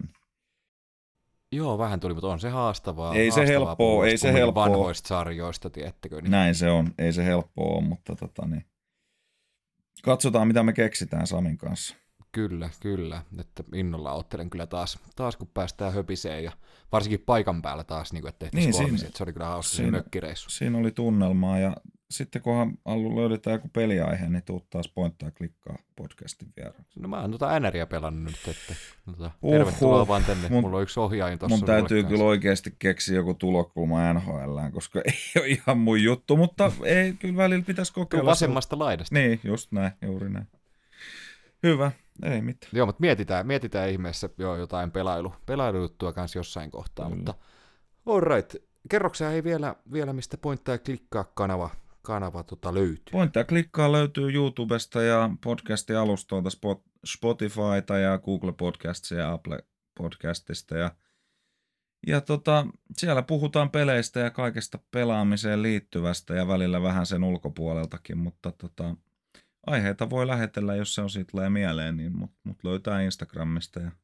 Joo, vähän tuli, mutta on se haastavaa. Ei haastavaa se helppoa, ei se helppoa. Vanhoista sarjoista, tiedättekö? Niin. Näin se on, ei se helppoa ole, mutta tota niin. Katsotaan, mitä me keksitään Samin kanssa. Kyllä, kyllä. Että innolla ottelen kyllä taas, taas kun päästään höpiseen ja varsinkin paikan päällä taas, niin kuin, että tehtäisiin niin, kolmisia. Se oli kyllä hauska siinä, mökkireissu. Siinä oli tunnelmaa ja sitten kunhan löydetään joku peliaihe, niin tuu taas pointtaa klikkaa podcastin vieraan. No mä oon tuota Ääneriä pelannut nyt, että tota, tervetuloa vaan tänne. Mun, Mulla on yksi ohjaajin tossa. Mun täytyy kyllä oikeasti keksiä joku tulokulma N H L:ään, koska ei ole ihan mun juttu, mutta ei, kyllä välillä pitäisi kokeilla. Tuu vasemmasta laidasta. Niin, just näin, juuri näin. Hyvä, ei mitään. Joo, mutta mietitään, mietitään ihmeessä jo jotain pelailu, pelailujuttua kanssa jossain kohtaa, kyllä. Mutta all right. Kerroksä ei vielä, vielä mistä pointtaa ja klikkaa kanava, kanava tota löytyy? Pointtaa ja klikkaa löytyy YouTubesta ja podcastin alustoilta Spotifyta ja Google Podcastia ja Apple Podcastista ja, ja tota, siellä puhutaan peleistä ja kaikesta pelaamiseen liittyvästä ja välillä vähän sen ulkopuoleltakin, mutta tota, aiheita voi lähetellä, jos se on siitä tulee mieleen, niin mut, mut löytää Instagramista ja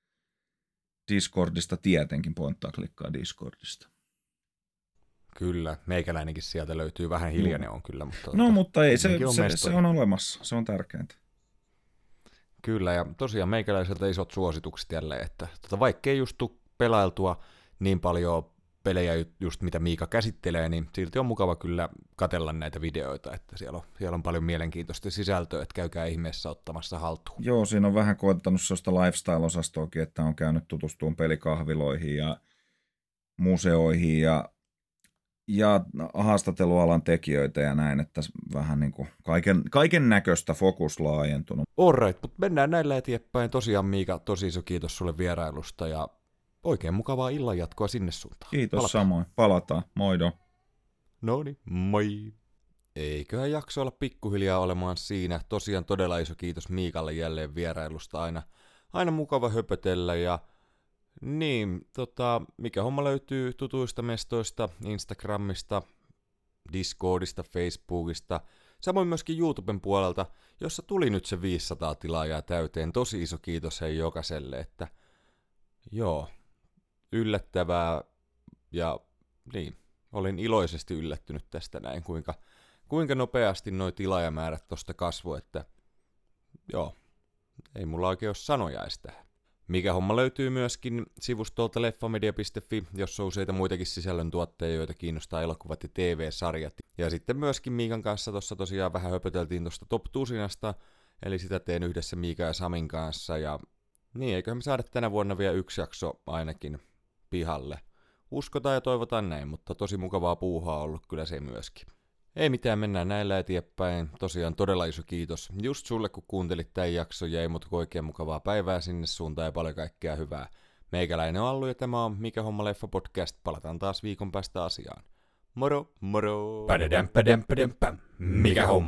Discordista tietenkin, pointtaa klikkaa Discordista. Kyllä, meikäläinenkin sieltä löytyy, vähän hiljainen on kyllä. Mutta no tota, mutta ei, se, on se, se on olemassa, se on tärkeintä. Kyllä, ja tosiaan meikäläiseltä isot suositukset jälleen, että tota, vaikkei just tuu pelailtua niin paljon pelejä, just mitä Miika käsittelee, niin silti on mukava kyllä katsella näitä videoita, että siellä on, siellä on paljon mielenkiintoista sisältöä, että käykää ihmeessä ottamassa haltuun. Joo, siinä on vähän koettanut sellaista lifestyle-osastoakin, että on käynyt tutustumaan pelikahviloihin ja museoihin ja, ja haastattelualan tekijöitä ja näin, että vähän niin kuin kaiken, kaiken näköistä fokus laajentunut. Alright, mutta mennään näillä eteenpäin. Tosiaan Miika, tosi iso kiitos sulle vierailusta ja oikein mukavaa illanjatkoa sinne suuntaan. Kiitos Palataan. Samoin. Palataan. Moido. Noniin, moi. Eiköhän jakso olla pikkuhiljaa olemaan siinä. Tosiaan todella iso kiitos Miikalle jälleen vierailusta. Aina, aina mukava höpötellä ja niin, tota, mikä homma löytyy tutuista mestoista, Instagramista, Discordista, Facebookista, samoin myöskin YouTuben puolelta, jossa tuli nyt se viisisataa tilaajaa täyteen. Tosi iso kiitos hei jokaiselle, että joo, yllättävää ja niin, olin iloisesti yllättynyt tästä näin, kuinka, kuinka nopeasti nuo tilaajamäärät tosta kasvoi, että joo, ei mulla oikein ole sanoja edes tähän. Mikä homma löytyy myöskin sivustolta leffamedia piste fi, jossa on useita muitakin sisällöntuotteita, joita kiinnostaa elokuvat ja T V-sarjat. Ja sitten myöskin Miikan kanssa tuossa tosiaan vähän höpöteltiin tuosta Top Tusinasta, eli sitä teen yhdessä Miikan ja Samin kanssa. Ja niin, eiköhän me saada tänä vuonna vielä yksi jakso ainakin pihalle. Uskotaan ja toivotaan näin, mutta tosi mukavaa puuhaa on ollut kyllä se myöskin. Ei mitään, mennään näillä eteenpäin. Tosiaan todella iso kiitos just sulle, kun kuuntelit tämän jakson. Jäi mut oikein mukavaa päivää sinne suuntaan ja paljon kaikkea hyvää. Meikäläinen on Allu ja tämä on Mikä homma leffa podcast. Palataan taas viikon päästä asiaan. Moro, moro! Pädädäm, pädäm, pädäm, päm. Mikä homma?